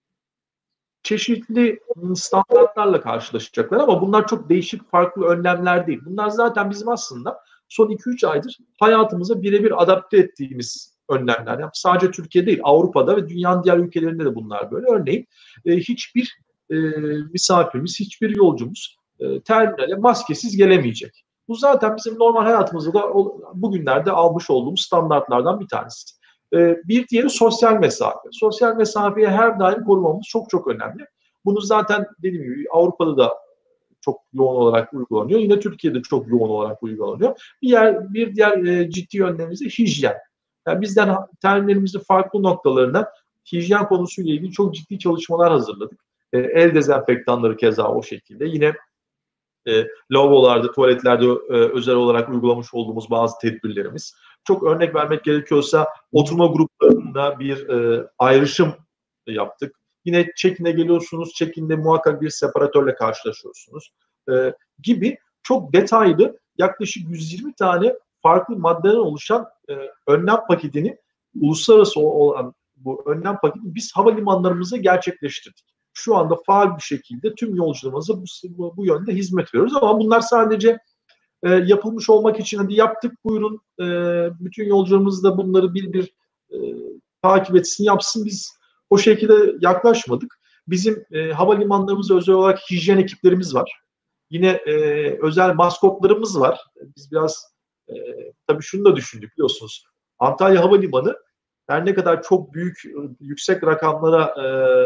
çeşitli standartlarla karşılaşacaklar ama bunlar çok değişik farklı önlemler değil. Bunlar zaten bizim aslında son iki üç aydır hayatımıza birebir adapte ettiğimiz önlemler. Yani sadece Türkiye değil, Avrupa'da ve dünyanın diğer ülkelerinde de bunlar böyle. Örneğin e, hiçbir e, misafirimiz, hiçbir yolcumuz e, terminale maskesiz gelemeyecek. Bu zaten bizim normal hayatımızda da bugünlerde almış olduğumuz standartlardan bir tanesi. Ee, bir diğeri sosyal mesafe. Sosyal mesafeyi her daim korumamız çok çok önemli. Bunu zaten dediğim gibi Avrupa'da da çok yoğun olarak uygulanıyor. Yine Türkiye'de çok yoğun olarak uygulanıyor. Bir, yer, bir diğer e, ciddi önlemimiz de hijyen. Yani bizden terminalimizin farklı noktalarına hijyen konusuyla ilgili çok ciddi çalışmalar hazırladık. E, el dezenfektanları keza o şekilde. Yine E, lavabolarda, tuvaletlerde e, özel olarak uygulamış olduğumuz bazı tedbirlerimiz. Çok örnek vermek gerekiyorsa oturma gruplarında bir e, ayrışım yaptık. Yine check-in'e geliyorsunuz, check-in'de muhakkak bir separatörle karşılaşıyorsunuz e, gibi çok detaylı yaklaşık yüz yirmi tane farklı maddeden oluşan e, önlem paketini, uluslararası olan bu önlem paketini biz havalimanlarımıza gerçekleştirdik. Şu anda faal bir şekilde tüm yolcularımıza bu, bu yönde hizmet veriyoruz ama bunlar sadece e, yapılmış olmak için hadi yaptık buyurun e, bütün yolcularımız da bunları bir bir e, takip etsin yapsın, biz o şekilde yaklaşmadık. Bizim e, havalimanlarımızda özel olarak hijyen ekiplerimiz var. Yine e, özel maskotlarımız var. Biz biraz e, tabii şunu da düşündük biliyorsunuz. Antalya Havalimanı her ne kadar çok büyük yüksek rakamlara e,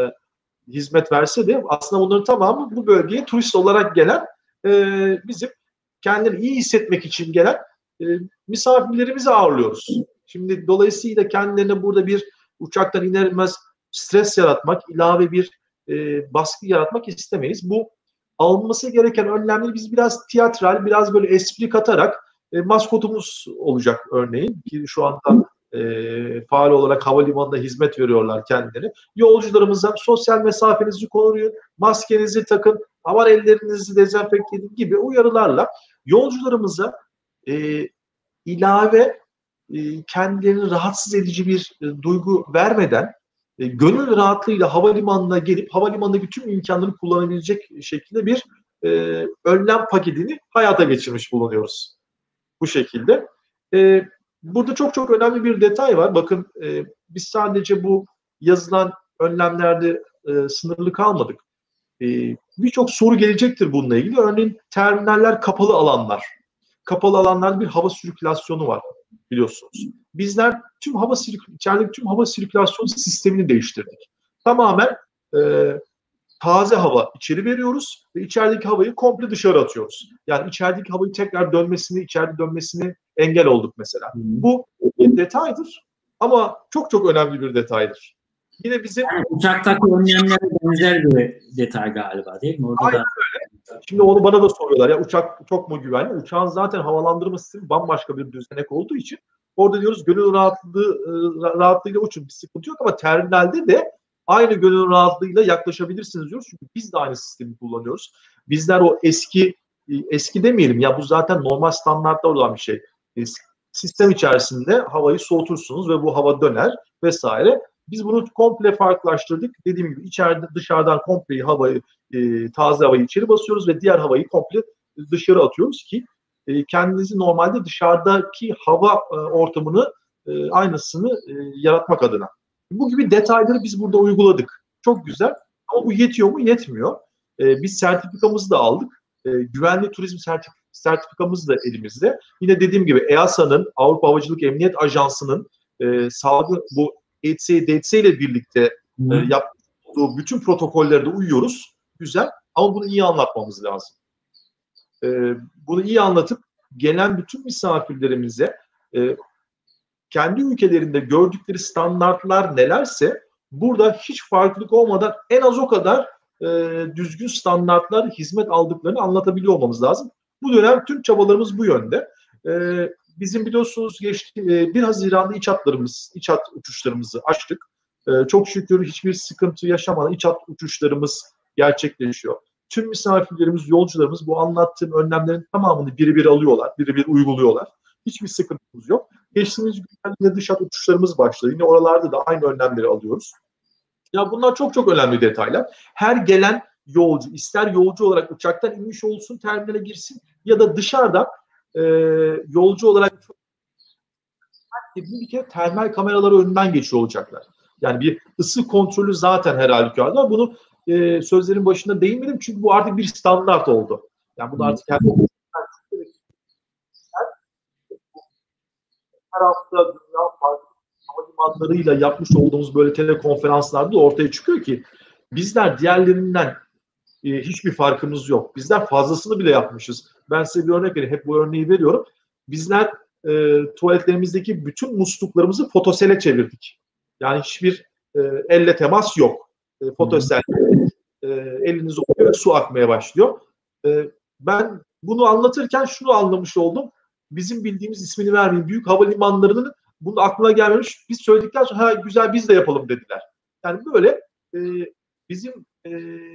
hizmet verse de aslında bunların tamamı bu bölgeye turist olarak gelen e, bizim kendilerini iyi hissetmek için gelen e, misafirlerimizi ağırlıyoruz. Şimdi dolayısıyla kendilerine burada bir uçaktan iner inmez stres yaratmak, ilave bir e, baskı yaratmak istemeyiz. Bu alınması gereken önlemleri biz biraz tiyatral, biraz böyle espri katarak e, maskotumuz olacak örneğin ki şu anda E, faal olarak havalimanında hizmet veriyorlar kendileri. Yolcularımıza sosyal mesafenizi koruyun, maskenizi takın, aman ellerinizi dezenfekte edin gibi uyarılarla yolcularımıza e, ilave e, kendilerini rahatsız edici bir e, duygu vermeden e, gönül rahatlığıyla havalimanına gelip havalimanındaki tüm imkanları kullanabilecek şekilde bir e, önlem paketini hayata geçirmiş bulunuyoruz. Bu şekilde. E, Burada çok çok önemli bir detay var. Bakın e, biz sadece bu yazılan önlemlerde e, sınırlı kalmadık. E, Birçok soru gelecektir bununla ilgili. Örneğin terminaller kapalı alanlar. Kapalı alanlarda bir hava sirkülasyonu var biliyorsunuz. Bizler tüm hava içerideki tüm hava sirkülasyonu sistemini değiştirdik. Tamamen e, taze hava içeri veriyoruz ve içerideki havayı komple dışarı atıyoruz. Yani içerideki havayı tekrar dönmesini, içeride dönmesini engel olduk mesela. Bu bir detaydır ama çok çok önemli bir detaydır. Yine bizim... Yani uçaktaki önlemlere benzer bir detay galiba değil mi? Orada Aynen da... öyle. Şimdi onu bana da soruyorlar. Ya uçak çok mu güvenli? Uçağın zaten havalandırma sistemi bambaşka bir düzenek olduğu için orada diyoruz gönül rahatlığı, rahatlığıyla uçun, bir sıkıntı yok ama terminalde de aynı gönül rahatlığıyla yaklaşabilirsiniz diyoruz. Çünkü biz de aynı sistemi kullanıyoruz. Bizler o eski, eski demeyelim ya bu zaten normal standartta olan bir şey. Sistem içerisinde havayı soğutursunuz ve bu hava döner vesaire. Biz bunu komple farklılaştırdık. Dediğim gibi içeride dışarıdan komple havayı, e, taze havayı içeri basıyoruz ve diğer havayı komple dışarı atıyoruz ki e, kendinizi normalde dışarıdaki hava e, ortamını e, aynısını e, yaratmak adına. Bu gibi detayları biz burada uyguladık. Çok güzel ama bu yetiyor mu? Yetmiyor. E, biz sertifikamızı da aldık. E, güvenli turizm sertif sertifikamız da elimizde. Yine dediğim gibi E A S A'nın, Avrupa Havacılık Emniyet Ajansı'nın e, salgın bu E T S, D T S ile birlikte e, yaptığı bütün protokollere de uyuyoruz. Güzel. Ama bunu iyi anlatmamız lazım. E, bunu iyi anlatıp gelen bütün misafirlerimize e, kendi ülkelerinde gördükleri standartlar nelerse burada hiç farklılık olmadan en az o kadar e, düzgün standartlar, hizmet aldıklarını anlatabiliyor olmamız lazım. Bu dönem tüm çabalarımız bu yönde. E, Bizim biliyorsunuz geçti, bir Haziran'da iç hatlarımız, iç hat uçuşlarımızı açtık. Ee, çok şükür hiçbir sıkıntı yaşamadan iç hat uçuşlarımız gerçekleşiyor. Tüm misafirlerimiz, yolcularımız bu anlattığım önlemlerin tamamını birebir alıyorlar, birebir uyguluyorlar. Hiçbir sıkıntımız yok. Geçtiğimiz günlerde dış hat uçuşlarımız başladı. Yine oralarda da aynı önlemleri alıyoruz. Ya bunlar çok çok önemli detaylar. Her gelen yolcu, ister yolcu olarak uçaktan inmiş olsun, terminale girsin ya da dışarıdan e, yolcu olarak bir kere termal kameraları önünden geçiyor olacaklar. Yani bir ısı kontrolü zaten her halükarda. Bunu e, sözlerin başında değinmedim çünkü bu artık bir standart oldu. Yani bunu artık her, her hafta dünya farklı havalimanlarıyla yapmış olduğumuz böyle telekonferanslarda da ortaya çıkıyor ki bizler diğerlerinden e, hiçbir farkımız yok. Bizler fazlasını bile yapmışız. Ben size bir örnek vereyim. Hep bu örneği veriyorum. Bizler e, tuvaletlerimizdeki bütün musluklarımızı fotosele çevirdik. Yani hiçbir e, elle temas yok. E, fotosel e, eliniz oluyor, su akmaya başlıyor. E, ben bunu anlatırken şunu anlamış oldum. Bizim bildiğimiz ismini vermeyeyim. Büyük havalimanlarının bunun aklına gelmemiş. Biz söyledikten sonra ha, güzel biz de yapalım dediler. Yani böyle e, bizim e,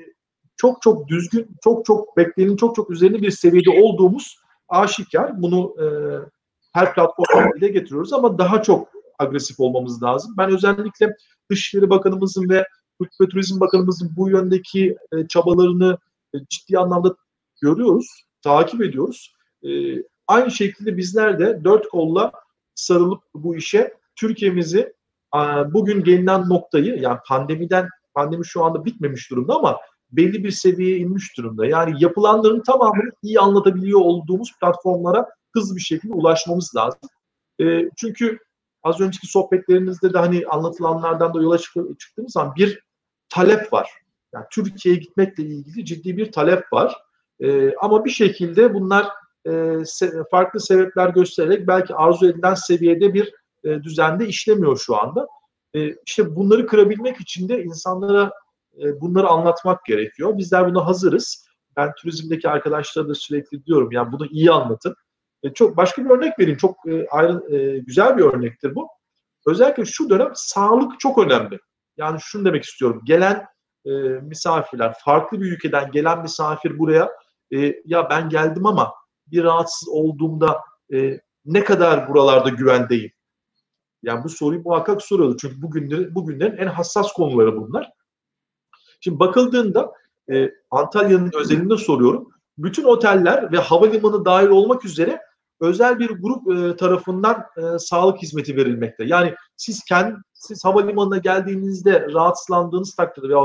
çok çok düzgün, çok çok beklenenin çok çok üzerinde bir seviyede olduğumuz aşikar. Bunu e, her platformda dile getiriyoruz ama daha çok agresif olmamız lazım. Ben özellikle Dışişleri Bakanımızın ve Kültür ve Turizm Bakanımızın bu yöndeki e, çabalarını e, ciddi anlamda görüyoruz, takip ediyoruz. E, aynı şekilde bizler de dört kolla sarılıp bu işe Türkiye'mizi e, bugün gelinen noktayı, yani pandemiden, pandemi şu anda bitmemiş durumda ama belli bir seviyeye inmiş durumda. Yani yapılanların tamamını iyi anlatabiliyor olduğumuz platformlara hızlı bir şekilde ulaşmamız lazım. E, çünkü az önceki sohbetlerinizde de hani anlatılanlardan da yola çıktığımız zaman bir talep var. Yani Türkiye'ye gitmekle ilgili ciddi bir talep var. E, ama bir şekilde bunlar e, se- farklı sebepler göstererek belki arzu edilen seviyede bir e, düzende işlemiyor şu anda. E, işte bunları kırabilmek için de insanlara e, bunları anlatmak gerekiyor. Bizler buna hazırız. Ben turizmdeki arkadaşlara da sürekli diyorum yani bunu iyi anlatın. E, çok başka bir örnek vereyim. Çok e, ayrı, e, güzel bir örnektir bu. Özellikle şu dönem sağlık çok önemli. Yani şunu demek istiyorum. Gelen e, misafirler, farklı bir ülkeden gelen misafir buraya e, ya ben geldim ama bir rahatsız olduğumda e, ne kadar buralarda güvendeyim? Yani bu soruyu muhakkak soruyordu. Çünkü bugünlerin, bugünlerin en hassas konuları bunlar. Şimdi bakıldığında e, Antalya'nın özelinde soruyorum. Bütün oteller ve havalimanı dahil olmak üzere özel bir grup e, tarafından e, sağlık hizmeti verilmekte. Yani siz kendi siz havalimanına geldiğinizde rahatsızlandığınız takdirde veyahut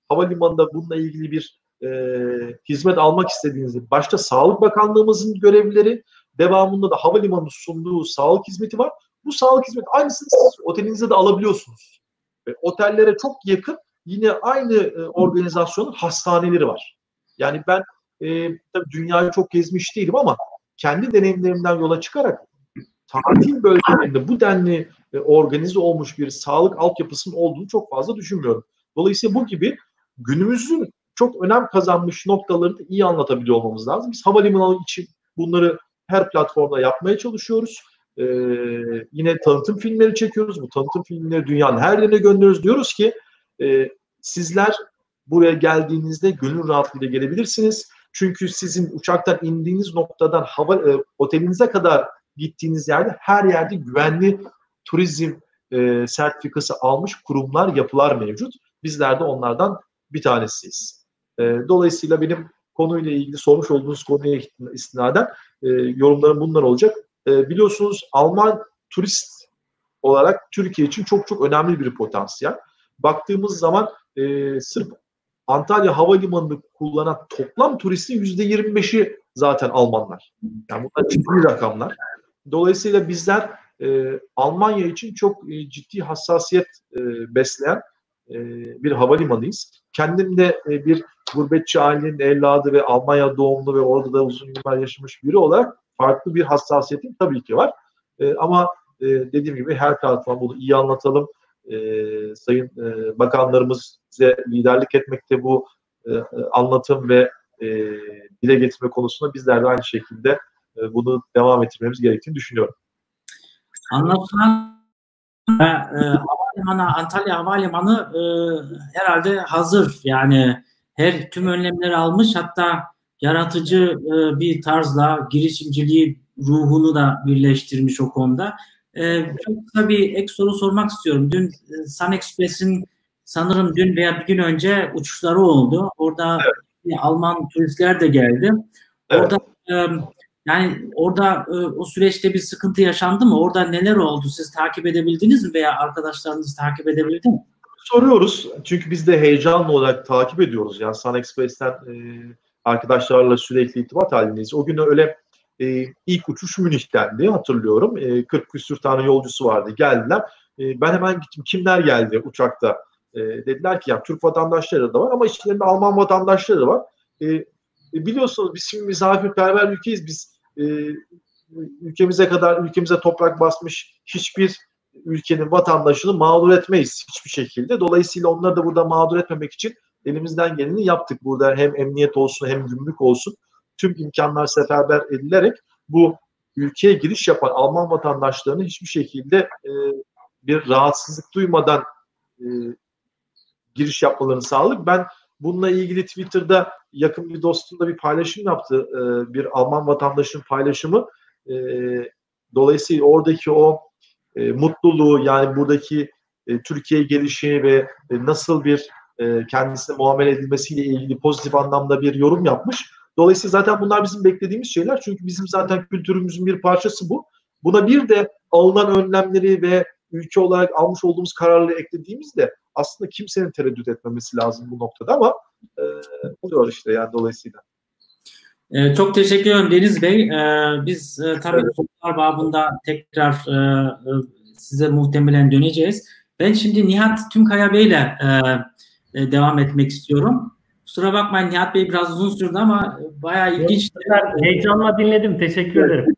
havalimanında bununla ilgili bir e, hizmet almak istediğinizde başta Sağlık Bakanlığımızın görevlileri, devamında da havalimanının sunduğu sağlık hizmeti var. Bu sağlık hizmeti aynısını siz otelinizde de alabiliyorsunuz. E, otellere çok yakın yine aynı e, organizasyonun hastaneleri var. Yani ben e, tabii dünyayı çok gezmiş değilim ama kendi deneyimlerimden yola çıkarak tatil bölgelerinde bu denli e, organize olmuş bir sağlık altyapısının olduğunu çok fazla düşünmüyorum. Dolayısıyla bu gibi günümüzün çok önem kazanmış noktalarını iyi anlatabiliyor olmamız lazım. Biz havalimanı için bunları her platformda yapmaya çalışıyoruz. Ee, yine tanıtım filmleri çekiyoruz. Bu tanıtım filmleri dünyanın her yerine gönderiyoruz. Diyoruz ki e, sizler buraya geldiğinizde gönül rahatlığıyla gelebilirsiniz. Çünkü sizin uçaktan indiğiniz noktadan hava e, otelinize kadar gittiğiniz yerde her yerde güvenli turizm e, sertifikası almış kurumlar, yapılar mevcut. Bizler de onlardan bir tanesiyiz. E, dolayısıyla benim konuyla ilgili sormuş olduğunuz konuya istinaden e, yorumlarım bunlar olacak. E, biliyorsunuz Alman turist olarak Türkiye için çok çok önemli bir potansiyel. Baktığımız zaman e, sırf Antalya Havalimanı'nı kullanan toplam turistin yüzde yirmi beşi zaten Almanlar. Yani bunlar ciddi rakamlar. Dolayısıyla bizler e, Almanya için çok e, ciddi hassasiyet e, besleyen e, bir havalimanıyız. Kendim de e, bir gurbetçi ailenin evladı ve Almanya doğumlu ve orada da uzun yıllar yaşamış biri olarak farklı bir hassasiyetim tabii ki var. E, ama e, dediğim gibi her platform bunu iyi anlatalım. E, sayın e, bakanlarımız bize liderlik etmekte bu e, anlatım ve e, dile getirme konusunda bizler de aynı şekilde e, bunu devam ettirmemiz gerektiğini düşünüyorum. Anlatılan e, havalimanı, Antalya Havalimanı e, herhalde hazır. Yani her tüm önlemleri almış, hatta yaratıcı e, bir tarzla girişimciliği ruhunu da birleştirmiş o konuda. E, çok kısa bir ek soru sormak istiyorum. Dün e, Sun Express'in sanırım dün veya bir gün önce uçuşları oldu. Orada evet. Alman turistler de geldi. Evet. Orada e, yani orada e, o süreçte bir sıkıntı yaşandı mı? Orada neler oldu? Siz takip edebildiniz mi veya arkadaşlarınız takip edebildi mi? Soruyoruz. Çünkü biz de heyecanlı olarak takip ediyoruz. Yani Sun Express'ten e, arkadaşlarla sürekli irtibat halindeyiz. O gün öyle e, ilk uçuş Münih'tendi hatırlıyorum. E, kırk küsür tane yolcusu vardı. Geldiler. E, ben hemen gittim. Kimler geldi uçakta? E, dediler ki ya Türk vatandaşları da var ama içlerinde Alman vatandaşları da var. E, e, biliyorsunuz biz şimdi misafirperver ülkeyiz. Biz e, ülkemize kadar ülkemize toprak basmış hiçbir ülkenin vatandaşını mağdur etmeyiz hiçbir şekilde. Dolayısıyla onları da burada mağdur etmemek için elimizden geleni yaptık. Burada hem emniyet olsun hem gümrük olsun tüm imkanlar seferber edilerek bu ülkeye giriş yapan Alman vatandaşlarını hiçbir şekilde e, bir rahatsızlık duymadan e, giriş yapmalarını sağladık. Ben bununla ilgili Twitter'da yakın bir dostum da bir paylaşım yaptı. E, bir Alman vatandaşının paylaşımı. E, dolayısıyla oradaki o e, mutluluğu yani buradaki e, Türkiye gelişi ve e, nasıl bir e, kendisine muamele edilmesiyle ilgili pozitif anlamda bir yorum yapmış. Dolayısıyla zaten bunlar bizim beklediğimiz şeyler. Çünkü bizim zaten kültürümüzün bir parçası bu. Buna bir de alınan önlemleri ve ülke olarak almış olduğumuz kararları eklediğimizde aslında kimsenin tereddüt etmemesi lazım bu noktada ama e, oluyor işte yani dolayısıyla. Ee, çok teşekkür ederim Deniz Bey. Ee, biz e, tabii evet. Sorular babında tekrar e, size muhtemelen döneceğiz. Ben şimdi Nihat Tümkaya Bey ile e, e, devam etmek istiyorum. Kusura bakmayın Nihat Bey biraz uzun sürdü ama bayağı ilginç. Heyecanla dinledim. Teşekkür ederim.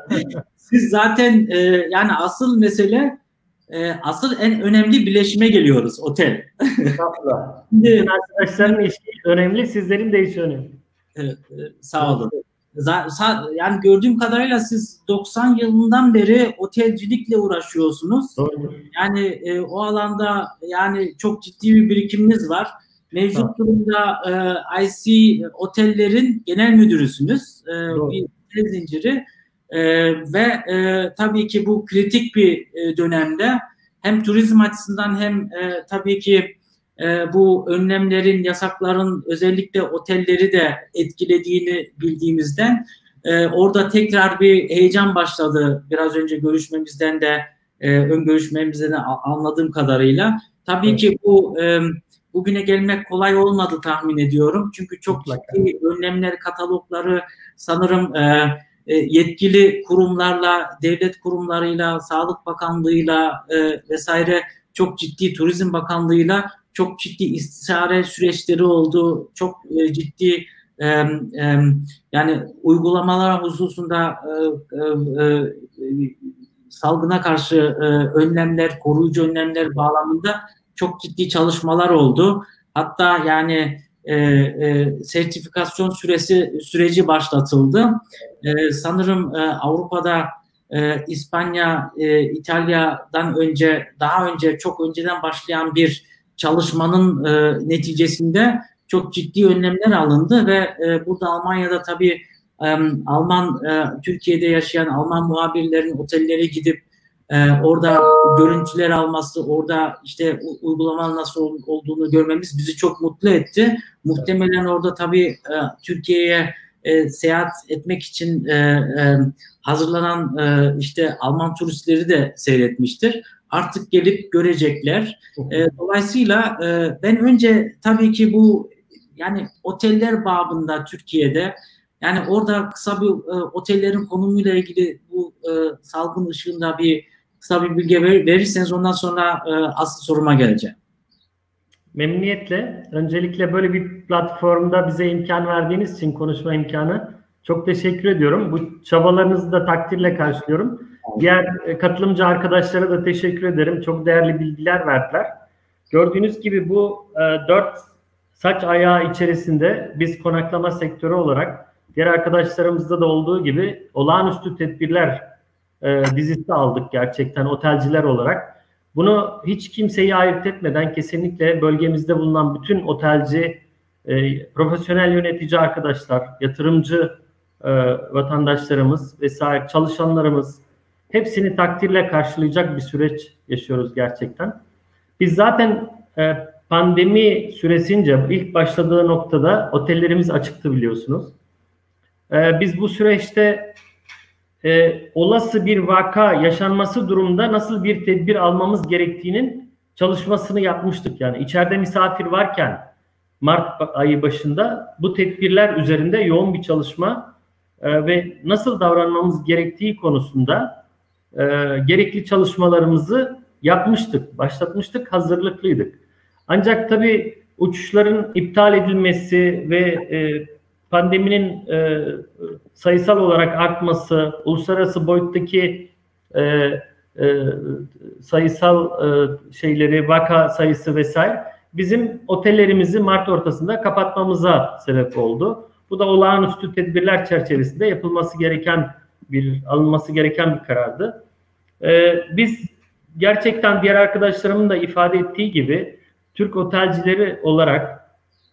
Siz zaten e, yani asıl mesele e, asıl en önemli bileşime geliyoruz otel. Şimdi arkadaşların işi önemli, sizlerin de işi önemli. Evet, sağ olun. Yani gördüğüm kadarıyla siz doksan yılından beri otelcilikle uğraşıyorsunuz. Doğru. Yani e, o alanda yani çok ciddi bir birikiminiz var. Mevcut tamam. durumda e, I C otellerin genel müdürüsünüz. E, bir otel zinciri e, ve e, tabii ki bu kritik bir e, dönemde hem turizm açısından hem e, tabii ki e, bu önlemlerin, yasakların özellikle otelleri de etkilediğini bildiğimizden e, orada tekrar bir heyecan başladı. Biraz önce görüşmemizden de e, ön görüşmemizden de anladığım kadarıyla. Tabii evet. ki bu e, bugüne gelmek kolay olmadı tahmin ediyorum. Çünkü çok ciddi önlemler, katalogları sanırım e, e, yetkili kurumlarla, devlet kurumlarıyla, Sağlık Bakanlığı'yla e, vesaire, çok ciddi Turizm Bakanlığı'yla çok ciddi istişare süreçleri oldu. Çok e, ciddi e, e, yani uygulamalar hususunda e, e, e, salgına karşı e, önlemler, koruyucu önlemler bağlamında çok ciddi çalışmalar oldu. Hatta yani e, e, sertifikasyon süresi süreci başlatıldı. E, sanırım e, Avrupa'da e, İspanya, e, İtalya'dan önce, daha önce, çok önceden başlayan bir çalışmanın e, neticesinde çok ciddi önlemler alındı ve e, burada Almanya'da tabii e, Alman, e, Türkiye'de yaşayan Alman muhabirlerin otellere gidip e, orada görüntüler alması, orada işte uygulamanın nasıl olduğunu görmemiz bizi çok mutlu etti. Muhtemelen orada tabii e, Türkiye'ye e, seyahat etmek için e, e, hazırlanan e, işte Alman turistleri de seyretmiştir. Artık gelip görecekler. E, dolayısıyla e, ben önce tabii ki bu yani oteller babında Türkiye'de, yani orada kısa bir e, otellerin konumuyla ilgili bu e, salgın ışığında bir kısa bir bilgi ver, verirseniz ondan sonra e, asıl soruma geleceğim. Memnuniyetle. Öncelikle böyle bir platformda bize imkan verdiğiniz için, konuşma imkanı, çok teşekkür ediyorum. Bu çabalarınızı da takdirle karşılıyorum. Diğer katılımcı arkadaşlara da teşekkür ederim. Çok değerli bilgiler verdiler. Gördüğünüz gibi bu e, dört saç ayağı içerisinde biz konaklama sektörü olarak diğer arkadaşlarımızda da olduğu gibi olağanüstü tedbirler e, dizisi aldık gerçekten otelciler olarak. Bunu hiç kimseyi ayırt etmeden kesinlikle bölgemizde bulunan bütün otelci, e, profesyonel yönetici arkadaşlar, yatırımcı e, vatandaşlarımız vesaire, çalışanlarımız, hepsini takdirle karşılayacak bir süreç yaşıyoruz gerçekten. Biz zaten e, pandemi süresince ilk başladığı noktada otellerimiz açıktı biliyorsunuz. E, biz bu süreçte e, olası bir vaka yaşanması durumunda nasıl bir tedbir almamız gerektiğinin çalışmasını yapmıştık. Yani içeride misafir varken Mart ayı başında bu tedbirler üzerinde yoğun bir çalışma e, ve nasıl davranmamız gerektiği konusunda e, gerekli çalışmalarımızı yapmıştık, başlatmıştık, hazırlıklıydık. Ancak tabii uçuşların iptal edilmesi ve e, pandeminin e, sayısal olarak artması, uluslararası boyuttaki e, e, sayısal e, şeyleri, vaka sayısı vesaire bizim otellerimizi Mart ortasında kapatmamıza sebep oldu. Bu da olağanüstü tedbirler çerçevesinde yapılması gereken bir, alınması gereken bir karardı. E, biz gerçekten diğer arkadaşlarımın da ifade ettiği gibi Türk otelcileri olarak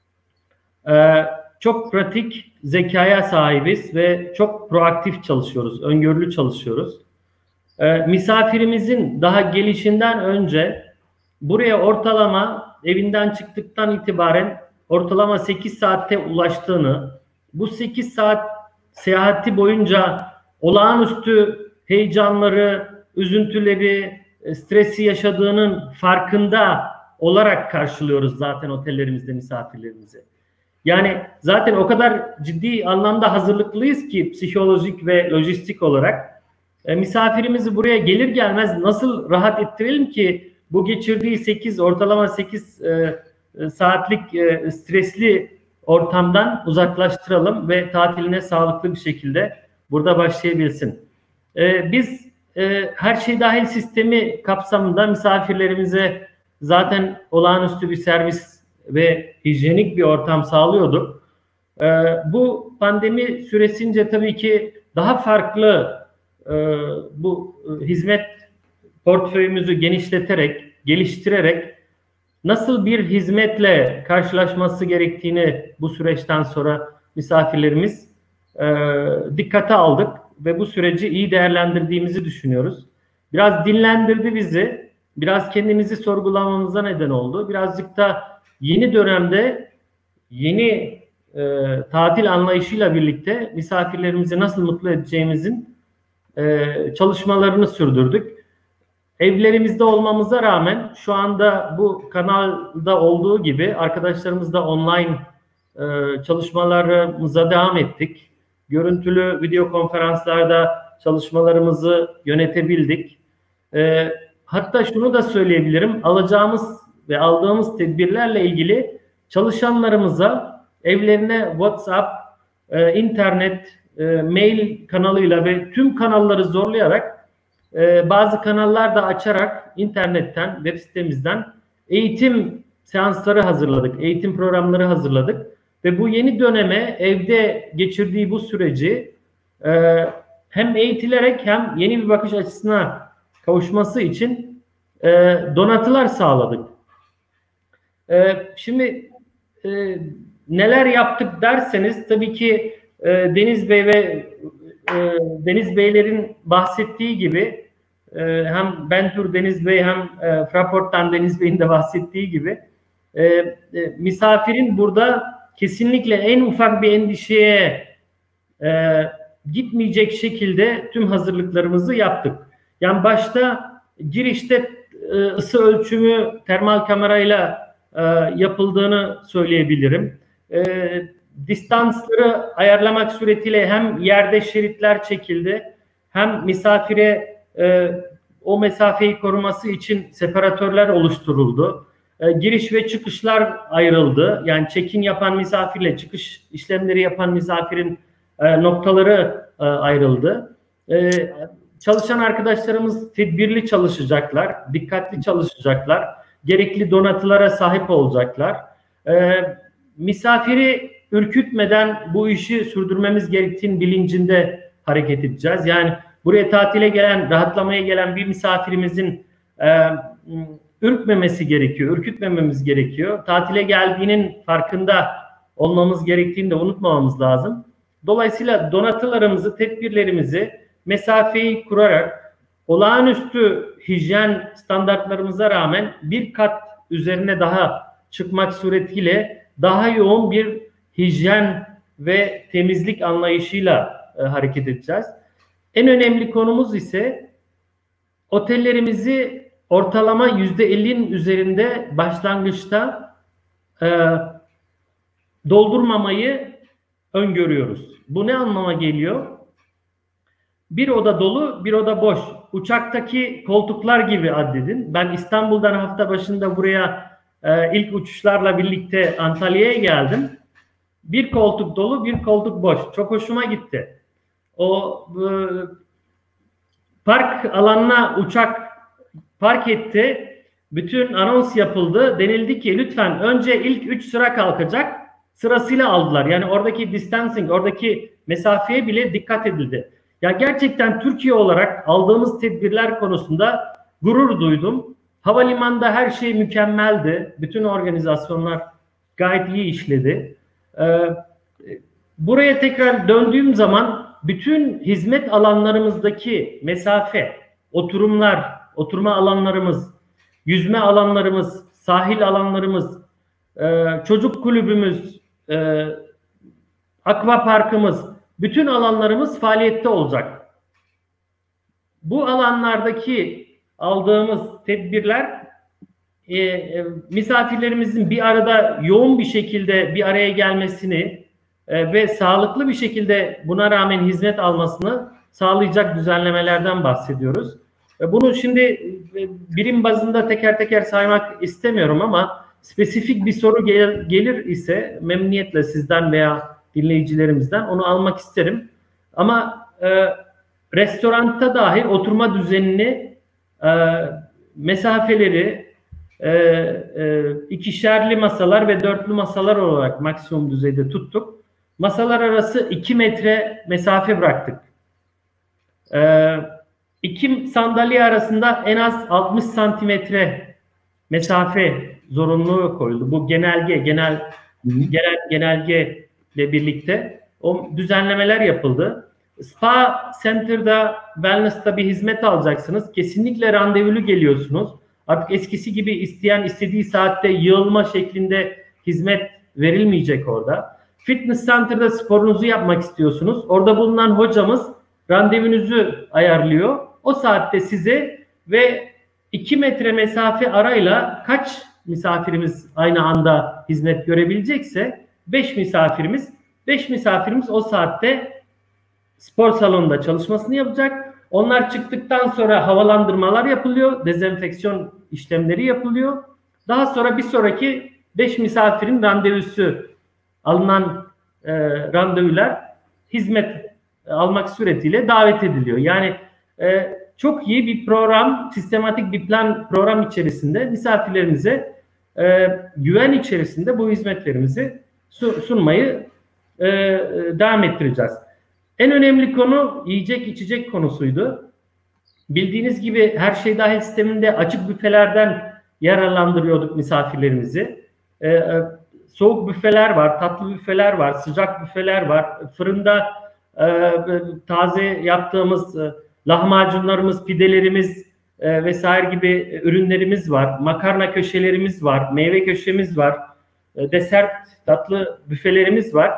e, çok pratik zekaya sahibiz ve çok proaktif çalışıyoruz, öngörülü çalışıyoruz. E, misafirimizin daha gelişinden önce buraya ortalama evinden çıktıktan itibaren ortalama sekiz saatte ulaştığını, bu sekiz saat seyahati boyunca olağanüstü heyecanları, üzüntüleri, stresi yaşadığının farkında olarak karşılıyoruz zaten otellerimizde misafirlerimizi. Yani zaten o kadar ciddi anlamda hazırlıklıyız ki psikolojik ve lojistik olarak e, misafirimizi buraya gelir gelmez nasıl rahat ettirelim ki bu geçirdiği sekiz ortalama sekiz e, saatlik e, stresli ortamdan uzaklaştıralım ve tatiline sağlıklı bir şekilde burada başlayabilsin. E, biz e, her şey dahil sistemi kapsamında misafirlerimize zaten olağanüstü bir servis ve hijyenik bir ortam sağlıyorduk. Ee, bu pandemi süresince tabii ki daha farklı e, bu hizmet portföyümüzü genişleterek, geliştirerek nasıl bir hizmetle karşılaşması gerektiğini bu süreçten sonra misafirlerimiz e, dikkate aldık ve bu süreci iyi değerlendirdiğimizi düşünüyoruz. Biraz dinlendirdi bizi. Biraz kendimizi sorgulamamıza neden oldu. Birazcık da yeni dönemde yeni e, tatil anlayışıyla birlikte misafirlerimizi nasıl mutlu edeceğimizin e, çalışmalarını sürdürdük. evlerimizde olmamıza rağmen şu anda bu kanalda olduğu gibi arkadaşlarımız da online e, çalışmalarımıza devam ettik. Görüntülü video konferanslarda çalışmalarımızı yönetebildik. E, hatta şunu da söyleyebilirim. Alacağımız ve aldığımız tedbirlerle ilgili çalışanlarımıza evlerine WhatsApp, e, internet, e, mail kanalıyla ve tüm kanalları zorlayarak e, bazı kanallar da açarak internetten, web sitemizden eğitim seansları hazırladık, eğitim programları hazırladık ve bu yeni döneme evde geçirdiği bu süreci e, hem eğitilerek hem yeni bir bakış açısına kavuşması için e, donatılar sağladık. E, şimdi e, neler yaptık derseniz tabii ki e, Deniz Bey ve e, Deniz Beylerin bahsettiği gibi e, hem Bentur Deniz Bey hem e, Fraport'tan Deniz Bey'in de bahsettiği gibi e, e, misafirin burada kesinlikle en ufak bir endişeye e, gitmeyecek şekilde tüm hazırlıklarımızı yaptık. Yani başta girişte e, ısı ölçümü termal kamerayla e, yapıldığını söyleyebilirim. E, distansları ayarlamak suretiyle hem yerde şeritler çekildi hem misafire e, o mesafeyi koruması için separatörler oluşturuldu. E, giriş ve çıkışlar ayrıldı. Yani check-in yapan misafirle çıkış işlemleri yapan misafirin e, noktaları e, ayrıldı. E, çalışan arkadaşlarımız tedbirli çalışacaklar, dikkatli çalışacaklar, gerekli donatılara sahip olacaklar. E, misafiri ürkütmeden bu işi sürdürmemiz gerektiğinin bilincinde hareket edeceğiz. Yani buraya tatile gelen, rahatlamaya gelen bir misafirimizin e, ürkmemesi gerekiyor, ürkütmememiz gerekiyor. Tatile geldiğinin farkında olmamız gerektiğini de unutmamamız lazım. Dolayısıyla donatılarımızı, tedbirlerimizi mesafeyi kurarak olağanüstü hijyen standartlarımıza rağmen bir kat üzerine daha çıkmak suretiyle daha yoğun bir hijyen ve temizlik anlayışıyla e, hareket edeceğiz. En önemli konumuz ise otellerimizi ortalama yüzde ellinin üzerinde başlangıçta e, doldurmamayı öngörüyoruz. Bu ne anlama geliyor? Bir oda dolu, bir oda boş. Uçaktaki koltuklar gibi addedin. Ben İstanbul'dan hafta başında buraya e, ilk uçuşlarla birlikte Antalya'ya geldim. Bir koltuk dolu, bir koltuk boş. Çok hoşuma gitti. O e, park alanına uçak park etti. Bütün anons yapıldı. Denildi ki lütfen önce ilk üç sıra kalkacak. Sırasıyla aldılar. Yani oradaki distancing, oradaki mesafeye bile dikkat edildi. Ya gerçekten Türkiye olarak aldığımız tedbirler konusunda gurur duydum. Havalimanında her şey mükemmeldi. Bütün organizasyonlar gayet iyi işledi. Ee, buraya tekrar döndüğüm zaman bütün hizmet alanlarımızdaki mesafe, oturumlar, oturma alanlarımız, yüzme alanlarımız, sahil alanlarımız, e, çocuk kulübümüz, e, akva parkımız, bütün alanlarımız faaliyette olacak. Bu alanlardaki aldığımız tedbirler e, e, misafirlerimizin bir arada yoğun bir şekilde bir araya gelmesini e, ve sağlıklı bir şekilde buna rağmen hizmet almasını sağlayacak düzenlemelerden bahsediyoruz. E, bunu şimdi e, birim bazında teker teker saymak istemiyorum ama spesifik bir soru gel, gelir ise memnuniyetle sizden veya dinleyicilerimizden onu almak isterim. Ama e, restoranda dahil oturma düzenini, e, mesafeleri e, e, ikişerli masalar ve dörtlü masalar olarak maksimum düzeyde tuttuk. Masalar arası iki metre mesafe bıraktık. E, iki sandalye arasında en az altmış santimetre mesafe zorunluluğu koyuldu. Bu genelge, genel genel genelge ile birlikte o düzenlemeler yapıldı. Spa Center'da, Wellness'ta bir hizmet alacaksınız. Kesinlikle randevulu geliyorsunuz. Artık eskisi gibi isteyen istediği saatte yığılma şeklinde hizmet verilmeyecek orada. Fitness Center'da sporunuzu yapmak istiyorsunuz. Orada bulunan hocamız randevunuzu ayarlıyor. O saatte size ve iki metre mesafe arayla kaç misafirimiz aynı anda hizmet görebilecekse beş misafirimiz beş misafirimiz o saatte spor salonunda çalışmasını yapacak. Onlar çıktıktan sonra havalandırmalar yapılıyor, dezenfeksiyon işlemleri yapılıyor. Daha sonra bir sonraki beş misafirin randevusu alınan e, randevular hizmet almak suretiyle davet ediliyor. Yani e, çok iyi bir program, sistematik bir plan program içerisinde misafirlerimize e, güven içerisinde bu hizmetlerimizi sunmayı e, devam ettireceğiz. En önemli konu yiyecek içecek konusuydu. Bildiğiniz gibi her şey dahil sisteminde açık büfelerden yararlandırıyorduk misafirlerimizi. Ee, soğuk büfeler var, tatlı büfeler var, sıcak büfeler var. Fırında e, taze yaptığımız e, lahmacunlarımız, pidelerimiz e, vesaire gibi ürünlerimiz var. Makarna köşelerimiz var, meyve köşemiz var, e, desert tatlı büfelerimiz var.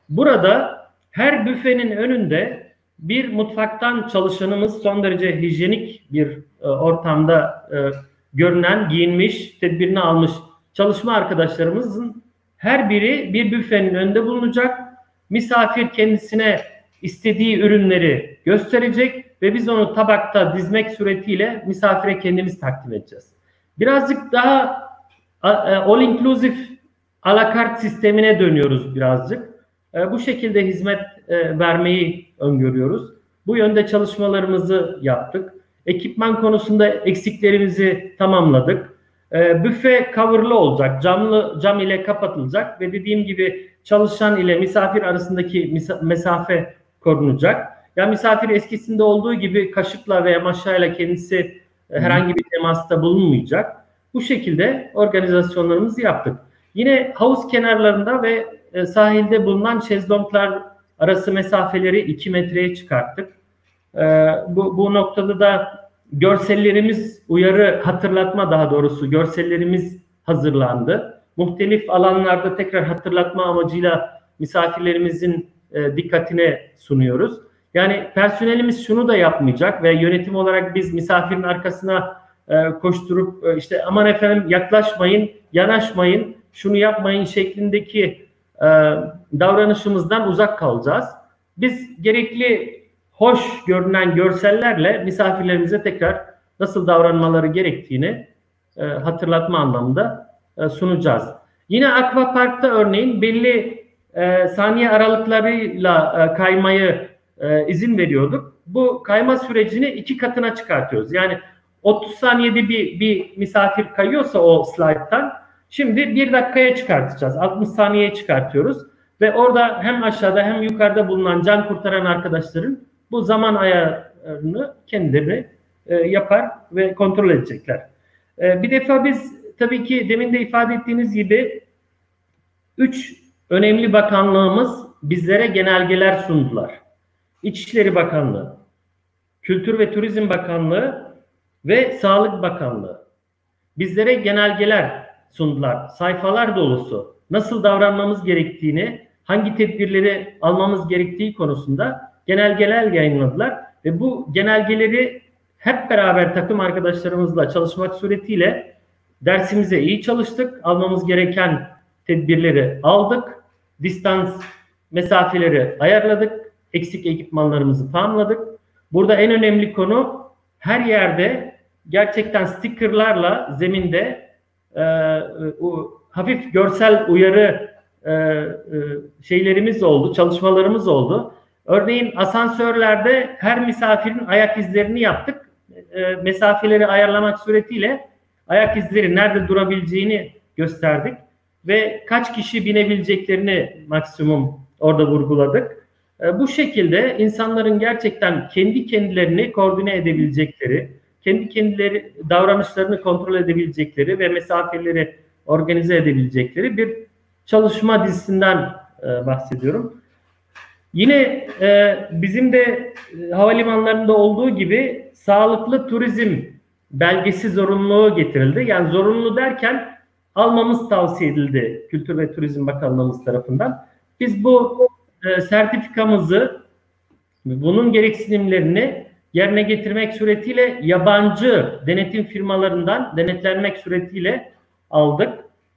Burada her büfenin önünde bir mutfaktan çalışanımız son derece hijyenik bir e, ortamda e, görünen, giyinmiş, tedbirini almış çalışma arkadaşlarımızın her biri bir büfenin önünde bulunacak. Misafir kendisine istediği ürünleri gösterecek ve biz onu tabakta dizmek suretiyle misafire kendimiz takdim edeceğiz. Birazcık daha all inclusive a la carte sistemine dönüyoruz birazcık. Bu şekilde hizmet vermeyi öngörüyoruz. Bu yönde çalışmalarımızı yaptık. Ekipman konusunda eksiklerimizi tamamladık. Büfe coverlı olacak, camlı cam ile kapatılacak ve dediğim gibi çalışan ile misafir arasındaki mesafe korunacak. Yani misafir eskisinde olduğu gibi kaşıkla veya maşayla kendisi herhangi bir temasta bulunmayacak. Bu şekilde organizasyonlarımızı yaptık. Yine havuz kenarlarında ve sahilde bulunan şezlonglar arası mesafeleri iki metreye çıkarttık. Bu, bu noktada da görsellerimiz, uyarı, hatırlatma daha doğrusu görsellerimiz hazırlandı. Muhtelif alanlarda tekrar hatırlatma amacıyla misafirlerimizin e, dikkatine sunuyoruz. Yani personelimiz şunu da yapmayacak ve yönetim olarak biz misafirin arkasına e, koşturup e, işte aman efendim yaklaşmayın, yanaşmayın, şunu yapmayın şeklindeki e, davranışımızdan uzak kalacağız. Biz gerekli hoş görünen görsellerle misafirlerimize tekrar nasıl davranmaları gerektiğini e, hatırlatma anlamında e, sunacağız. Yine Aquapark'ta örneğin belli e, saniye aralıklarıyla e, kaymayı e, izin veriyorduk. Bu kayma sürecini iki katına çıkartıyoruz. Yani otuz saniyede bir, bir misafir kayıyorsa o slide'tan şimdi bir dakikaya çıkartacağız. altmış saniyeye çıkartıyoruz. Ve orada hem aşağıda hem yukarıda bulunan can kurtaran arkadaşların bu zaman ayarını kendileri e, yapar ve kontrol edecekler. E, bir defa biz tabii ki demin de ifade ettiğiniz gibi üç önemli bakanlığımız bizlere genelgeler sundular. İçişleri Bakanlığı, Kültür ve Turizm Bakanlığı ve Sağlık Bakanlığı. Bizlere genelgeler sundular. Sayfalar dolusu nasıl davranmamız gerektiğini, hangi tedbirleri almamız gerektiği konusunda genelgeler yayınladılar ve bu genelgeleri hep beraber takım arkadaşlarımızla çalışmak suretiyle dersimize iyi çalıştık. Almamız gereken tedbirleri aldık. Distans mesafeleri ayarladık. Eksik ekipmanlarımızı tamamladık. Burada en önemli konu her yerde gerçekten stickerlarla zeminde e, o, hafif görsel uyarı e, e, şeylerimiz oldu, çalışmalarımız oldu. Örneğin asansörlerde her misafirin ayak izlerini yaptık. E, mesafeleri ayarlamak suretiyle ayak izleri nerede durabileceğini gösterdik. Ve kaç kişi binebileceklerini maksimum orada vurguladık. E, bu şekilde insanların gerçekten kendi kendilerini koordine edebilecekleri, kendi kendileri davranışlarını kontrol edebilecekleri ve mesafeleri organize edebilecekleri bir çalışma dizisinden e, bahsediyorum. Yine e, bizim de e, havalimanlarında olduğu gibi sağlıklı turizm belgesi zorunluluğu getirildi. Yani zorunlu derken almamız tavsiye edildi Kültür ve Turizm Bakanlığımız tarafından. Biz bu e, sertifikamızı, bunun gereksinimlerini yerine getirmek suretiyle yabancı denetim firmalarından denetlenmek suretiyle aldık.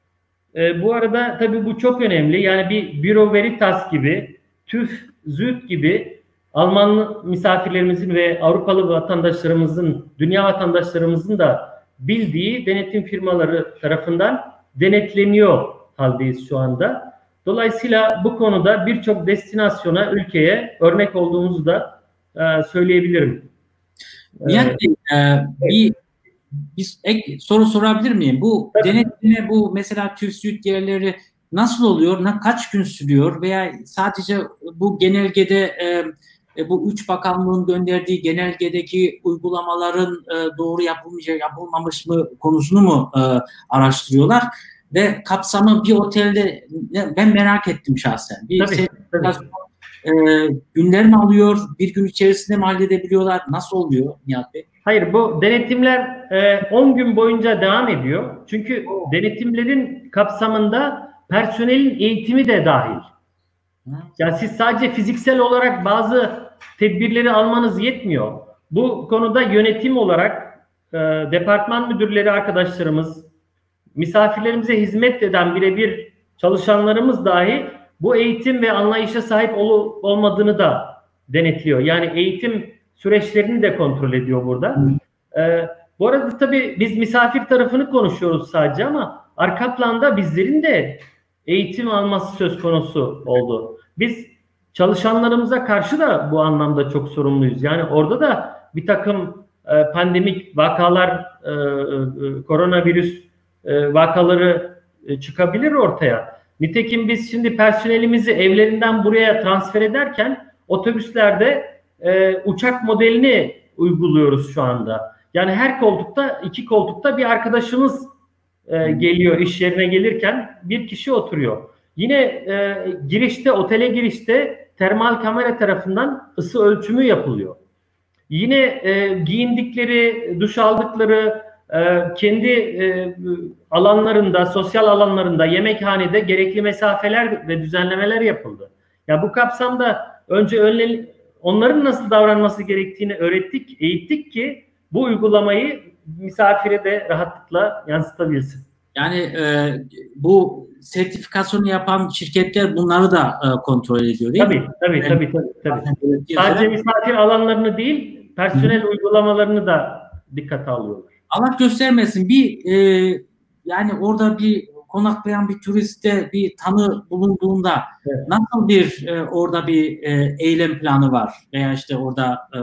E, bu arada tabii bu çok önemli. Yani bir Bureau Veritas gibi, TÜV, ZÜT gibi Alman misafirlerimizin ve Avrupalı vatandaşlarımızın, dünya vatandaşlarımızın da bildiği denetim firmaları tarafından denetleniyor haldeyiz şu anda. Dolayısıyla bu konuda birçok destinasyona, ülkeye örnek olduğumuzu da e, söyleyebilirim. Yani e, bir, bir ek soru sorabilir miyim? Bu Tabii. denetleme, bu mesela TÜV yerleri nasıl oluyor? Ne, kaç gün sürüyor? Veya sadece bu genelgede e, bu üç bakanlığın gönderdiği genelgedeki uygulamaların e, doğru yapılmış yapılmamış mı konusunu mu e, araştırıyorlar? Ve kapsamı bir otelde, ben merak ettim şahsen. Bir tabii, tabii. E, günler mi alıyor? Bir gün içerisinde mi halledebiliyorlar? Nasıl oluyor Nihat Bey? Hayır, bu denetimler on gün boyunca devam ediyor. Çünkü denetimlerin kapsamında personelin eğitimi de dahil. Yani siz sadece fiziksel olarak bazı tedbirleri almanız yetmiyor. Bu konuda yönetim olarak e, departman müdürleri arkadaşlarımız, misafirlerimize hizmet eden birebir çalışanlarımız dahi bu eğitim ve anlayışa sahip ol, olmadığını da denetliyor. Yani eğitim süreçlerini de kontrol ediyor burada. Ee, bu arada tabii biz misafir tarafını konuşuyoruz sadece ama arka planda bizlerin de eğitim alması söz konusu oldu. Biz çalışanlarımıza karşı da bu anlamda çok sorumluyuz. Yani orada da bir takım e, pandemik vakalar, e, e, koronavirüs e, vakaları e, çıkabilir ortaya. Nitekim biz şimdi personelimizi evlerinden buraya transfer ederken otobüslerde e, uçak modelini uyguluyoruz şu anda. Yani her koltukta, iki koltukta bir arkadaşımız e, geliyor iş yerine gelirken bir kişi oturuyor. Yine e, girişte, otele girişte termal kamera tarafından ısı ölçümü yapılıyor. Yine e, giyindikleri, duş aldıkları e, kendi e, alanlarında, sosyal alanlarında, yemekhanede gerekli mesafeler ve düzenlemeler yapıldı. Ya bu kapsamda önce önle, onların nasıl davranması gerektiğini öğrettik, eğittik ki bu uygulamayı misafire de rahatlıkla yansıtabilsin. Yani e, bu sertifikasyonu yapan şirketler bunları da e, kontrol ediyor değil tabii, mi? Tabii, yani, tabii, tabii, tabii. Sadece misafir alanlarını değil, personel Hı. uygulamalarını da dikkate alıyorlar. Allah göstermesin bir e, yani orada bir konaklayan bir turiste bir tanı bulunduğunda evet. nasıl bir e, orada bir e, eylem planı var veya işte orada e,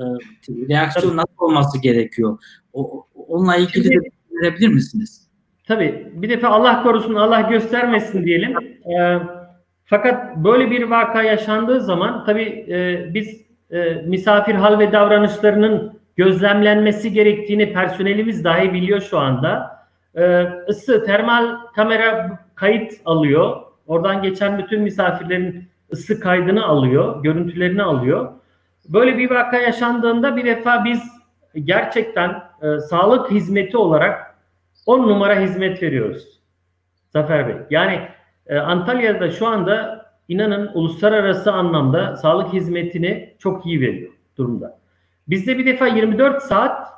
e, reaksiyon tabii. nasıl olması gerekiyor? O, onunla ilgili Şimdi, de verebilir misiniz? Tabii. Bir defa Allah korusun, Allah göstermesin diyelim. E, fakat böyle bir vaka yaşandığı zaman tabii e, biz e, misafir hal ve davranışlarının gözlemlenmesi gerektiğini personelimiz dahi biliyor şu anda. Ee, ısı, termal kamera kayıt alıyor. Oradan geçen bütün misafirlerin ısı kaydını alıyor, görüntülerini alıyor. Böyle bir vaka yaşandığında bir defa biz gerçekten e, sağlık hizmeti olarak on numara hizmet veriyoruz. Zafer Bey. Yani e, Antalya'da şu anda inanın uluslararası anlamda sağlık hizmetini çok iyi veriyor durumda. Bizde bir defa yirmi dört saat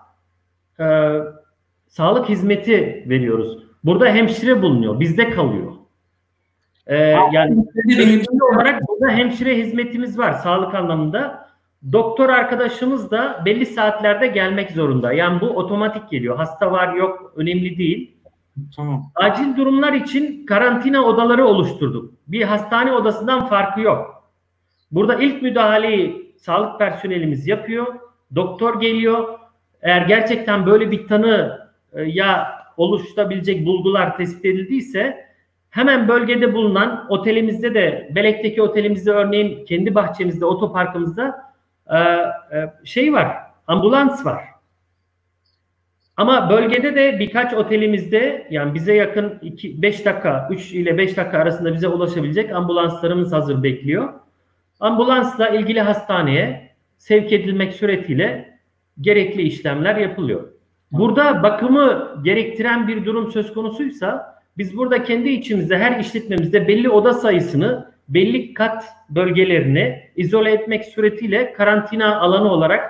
e, sağlık hizmeti veriyoruz. Burada hemşire bulunuyor. Bizde kalıyor. Ee, yani hemşire olarak burada hemşire hizmetimiz var sağlık anlamında. Doktor arkadaşımız da belli saatlerde gelmek zorunda. Yani bu otomatik geliyor. Hasta var yok önemli değil. Tamam. Acil durumlar için karantina odaları oluşturduk. Bir hastane odasından farkı yok. Burada ilk müdahaleyi sağlık personelimiz yapıyor. Doktor geliyor. Eğer gerçekten böyle bir tanı ya oluşturabilecek bulgular tespit edildiyse hemen bölgede bulunan otelimizde de Belek'teki otelimizde örneğin kendi bahçemizde otoparkımızda e, e, şey var, ambulans var. Ama bölgede de birkaç otelimizde yani bize yakın beş dakika üç ile beş dakika arasında bize ulaşabilecek ambulanslarımız hazır bekliyor. Ambulansla ilgili hastaneye sevk edilmek suretiyle gerekli işlemler yapılıyor. Burada bakımı gerektiren bir durum söz konusuysa biz burada kendi içimizde her işletmemizde belli oda sayısını belli kat bölgelerini izole etmek suretiyle karantina alanı olarak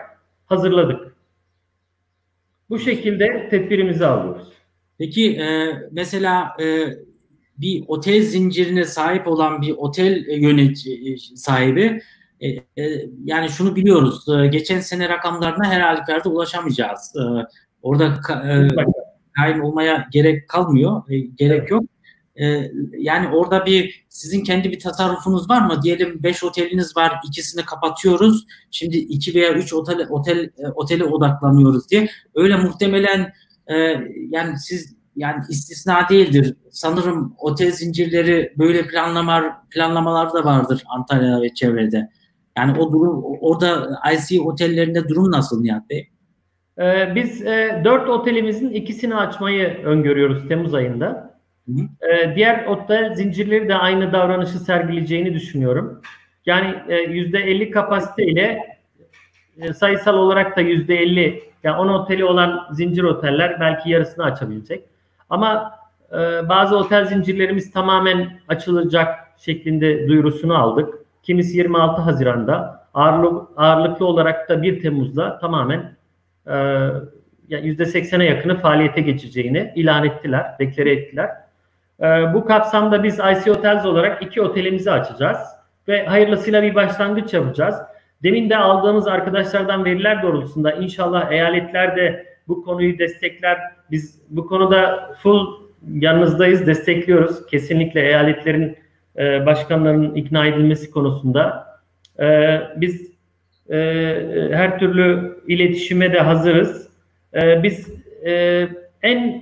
hazırladık. Bu şekilde tedbirimizi alıyoruz. Peki e, mesela e, bir otel zincirine sahip olan bir otel yönetici sahibi e, e, yani şunu biliyoruz. E, geçen sene rakamlarına her halükarda ulaşamayacağız. E, orada ka, e, kaim olmaya gerek kalmıyor. E, gerek evet. yok. E, yani orada bir sizin kendi bir tasarrufunuz var mı? Diyelim beş oteliniz var. İkisini kapatıyoruz. Şimdi iki veya üç otel otel otele odaklanıyoruz diye. Öyle muhtemelen e, yani siz yani istisna değildir. Sanırım otel zincirleri böyle planlama planlamalar da vardır Antalya ve çevrede. Yani o durum orada I C otellerinde durum nasıl Nihat Bey? Ee, biz e, dört otelimizin ikisini açmayı öngörüyoruz Temmuz ayında. Ee, diğer otel zincirleri de aynı davranışı sergileyeceğini düşünüyorum. Yani e, yüzde elli kapasiteyle e, sayısal olarak da yüzde elli, yani on oteli olan zincir oteller belki yarısını açabilecek. Ama e, bazı otel zincirlerimiz tamamen açılacak şeklinde duyurusunu aldık. Kimisi yirmi altı Haziran'da, ağırlık, ağırlıklı olarak da bir Temmuz'da tamamen e, yani yüzde seksene yakını faaliyete geçeceğini ilan ettiler, deklare ettiler. E, bu kapsamda biz I C Hotels olarak iki otelimizi açacağız ve hayırlısıyla bir başlangıç yapacağız. Demin de aldığımız arkadaşlardan veriler doğrultusunda inşallah eyaletler de bu konuyu destekler. Biz bu konuda full yanınızdayız, destekliyoruz. Kesinlikle eyaletlerin e, başkanlarının ikna edilmesi konusunda. E, biz e, her türlü iletişime de hazırız. E, biz e, en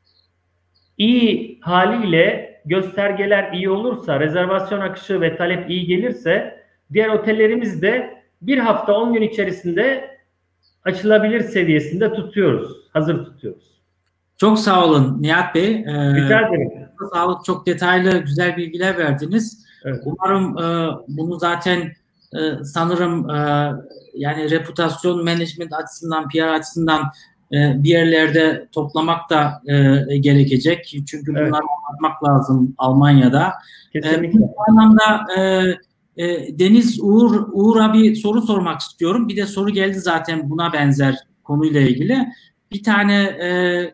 iyi haliyle göstergeler iyi olursa, rezervasyon akışı ve talep iyi gelirse diğer otellerimiz de bir hafta on gün içerisinde açılabilir seviyesinde tutuyoruz. Hazır tutuyoruz. Çok sağ olun Nihat Bey. Ee, Rica ederim. Sağlık, çok detaylı, güzel bilgiler verdiniz. Evet. Umarım e, bunu zaten e, sanırım e, yani reputasyon management açısından, P R açısından e, bir yerlerde toplamak da e, gerekecek. Çünkü evet. bunları anlatmak lazım Almanya'da. Kesinlikle. E, bu anlamda e, e, Deniz Uğur, Uğur'a bir soru sormak istiyorum. Bir de soru geldi zaten buna benzer konuyla ilgili. Bir tane e,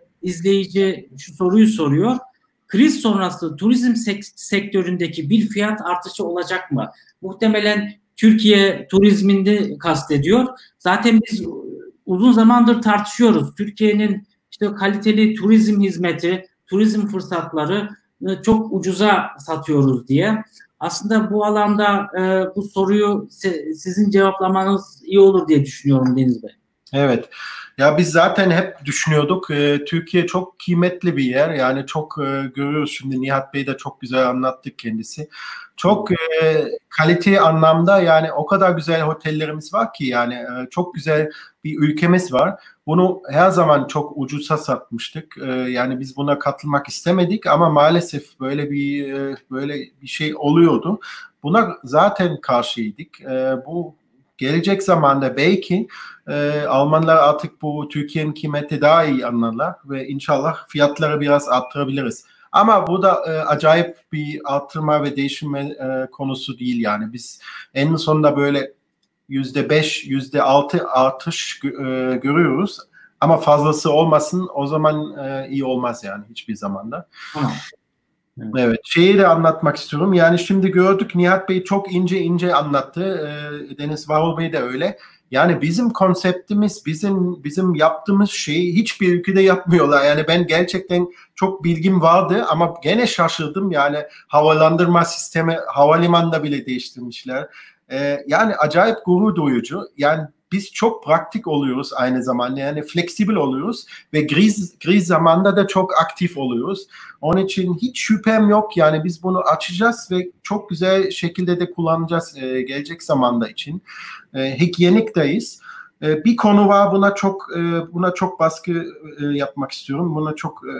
izleyici şu soruyu soruyor. Kriz sonrası turizm sek- sektöründeki bir fiyat artışı olacak mı? Muhtemelen Türkiye turizminde kastediyor. Zaten biz uzun zamandır tartışıyoruz. Türkiye'nin işte kaliteli turizm hizmeti, turizm fırsatları çok ucuza satıyoruz diye. Aslında bu alanda e, bu soruyu se- sizin cevaplamanız iyi olur diye düşünüyorum Deniz Bey. Evet. Ya biz zaten hep düşünüyorduk. E, Türkiye çok kıymetli bir yer. Yani çok e, görüyoruz şimdi. Nihat Bey de çok güzel anlattı kendisi. Çok e, kalite anlamda yani o kadar güzel otellerimiz var ki yani e, çok güzel bir ülkemiz var. Bunu her zaman çok ucuza satmıştık. E, yani biz buna katılmak istemedik ama maalesef böyle bir e, böyle bir şey oluyordu. Buna zaten karşıydık. E, bu gelecek zamanda belki e, Almanlar artık bu Türkiye'nin kıymeti daha iyi anlarlar ve inşallah fiyatları biraz arttırabiliriz. Ama bu da e, acayip bir arttırma ve değişme e, konusu değil yani. Biz en sonunda böyle yüzde beş, yüzde altı artış e, görüyoruz. Ama fazlası olmasın o zaman e, iyi olmaz yani hiçbir zamanda. Tamam. Evet. evet, şeyi de anlatmak istiyorum. Yani şimdi gördük Nihat Bey çok ince ince anlattı. E, Deniz Varol Bey de öyle. Yani bizim konseptimiz, bizim bizim yaptığımız şeyi hiçbir ülkede yapmıyorlar. Yani ben gerçekten çok bilgim vardı ama gene şaşırdım. Yani havalandırma sistemi havalimanında bile değiştirmişler. E, yani acayip gurur duyucu. Yani biz çok pratik oluyoruz aynı zamanda. Yani fleksibel oluyoruz ve kriz, kriz zamanda da çok aktif oluyoruz. Onun için hiç şüphem yok. Yani biz bunu açacağız ve çok güzel şekilde de kullanacağız e, gelecek zamanda için. E, higienikteyiz. E, bir konu var buna çok e, buna çok baskı e, yapmak istiyorum. Buna çok e,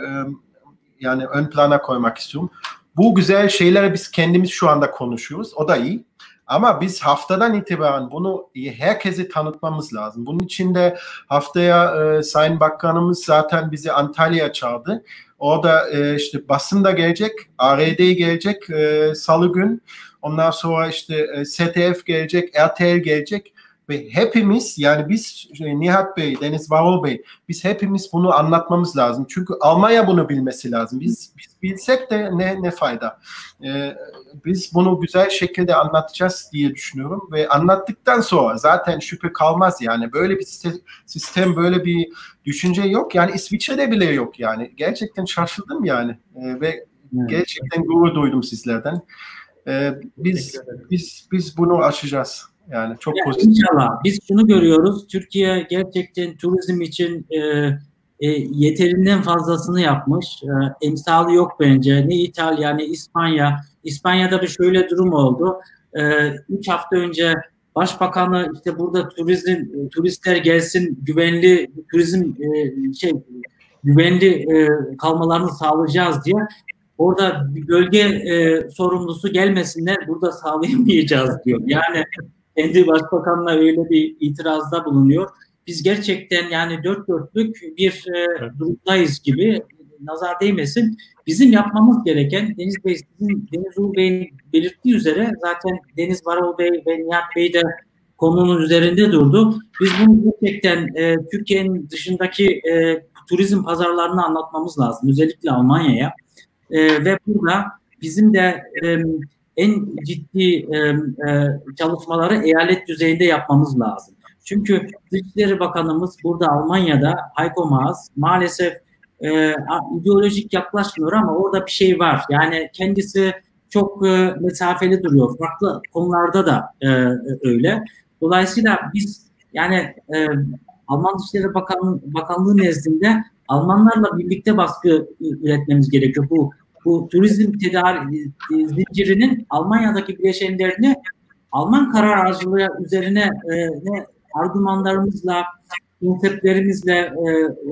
yani ön plana koymak istiyorum. Bu güzel şeyleri biz kendimiz şu anda konuşuyoruz. O da iyi. Ama biz haftadan itibaren bunu herkese tanıtmamız lazım. Bunun için de haftaya e, Sayın Bakanımız zaten bizi Antalya'ya çağırdı. Orada e, işte basın da gelecek, A R D gelecek e, Salı gün. Ondan sonra işte e, S T F gelecek, R T L gelecek. ve hepimiz, yani biz Nihat Bey, Deniz Varol Bey, biz hepimiz bunu anlatmamız lazım. Çünkü Almanya bunu bilmesi lazım. Biz, biz bilsek de ne ne fayda. Ee, biz bunu güzel şekilde anlatacağız diye düşünüyorum ve anlattıktan sonra zaten şüphe kalmaz yani. Böyle bir sistem, böyle bir düşünce yok. Yani İsviçre'de bile yok yani. Gerçekten şaşırdım yani. Ee, ve evet, gerçekten gurur duydum sizlerden. Ee, biz biz biz bunu aşacağız. Yani çok yani pozitif. İnşallah. Biz şunu görüyoruz. Türkiye gerçekten turizm için e, e, yeterinden fazlasını yapmış. E, emsali yok bence. Ne İtalya ne İspanya. İspanya'da bir şöyle durum oldu. E, üç hafta önce Başbakanı işte burada turizm turistler gelsin, güvenli turizm e, şey güvenli e, kalmalarını sağlayacağız diye. Orada bir bölge e, sorumlusu gelmesinler, burada sağlayamayacağız diyor. Yani kendi başbakanla öyle bir itirazda bulunuyor. Biz gerçekten yani dört dörtlük bir e, durumdayız gibi, nazar değmesin. Bizim yapmamız gereken, Deniz Bey, sizin, Deniz Uğur Bey'in belirttiği üzere zaten Deniz Varol Bey ve Nihat Bey de konunun üzerinde durdu. Biz bunu gerçekten e, Türkiye'nin dışındaki e, turizm pazarlarını anlatmamız lazım. Özellikle Almanya'ya. E, ve burada bizim de e, en ciddi e, e, çalışmaları eyalet düzeyinde yapmamız lazım. Çünkü Dışişleri Bakanımız burada Almanya'da, Heiko Maas, maalesef e, ideolojik yaklaşmıyor ama orada bir şey var. Yani kendisi çok e, mesafeli duruyor. Farklı konularda da e, öyle. Dolayısıyla biz yani e, Alman Dışişleri Bakan, Bakanlığı nezdinde Almanlarla birlikte baskı üretmemiz gerekiyor. Bu bu turizm tedarik zincirinin Almanya'daki bileşenlerini Alman karar aracılığı üzerine e, ne argümanlarımızla, konseptlerimizle e,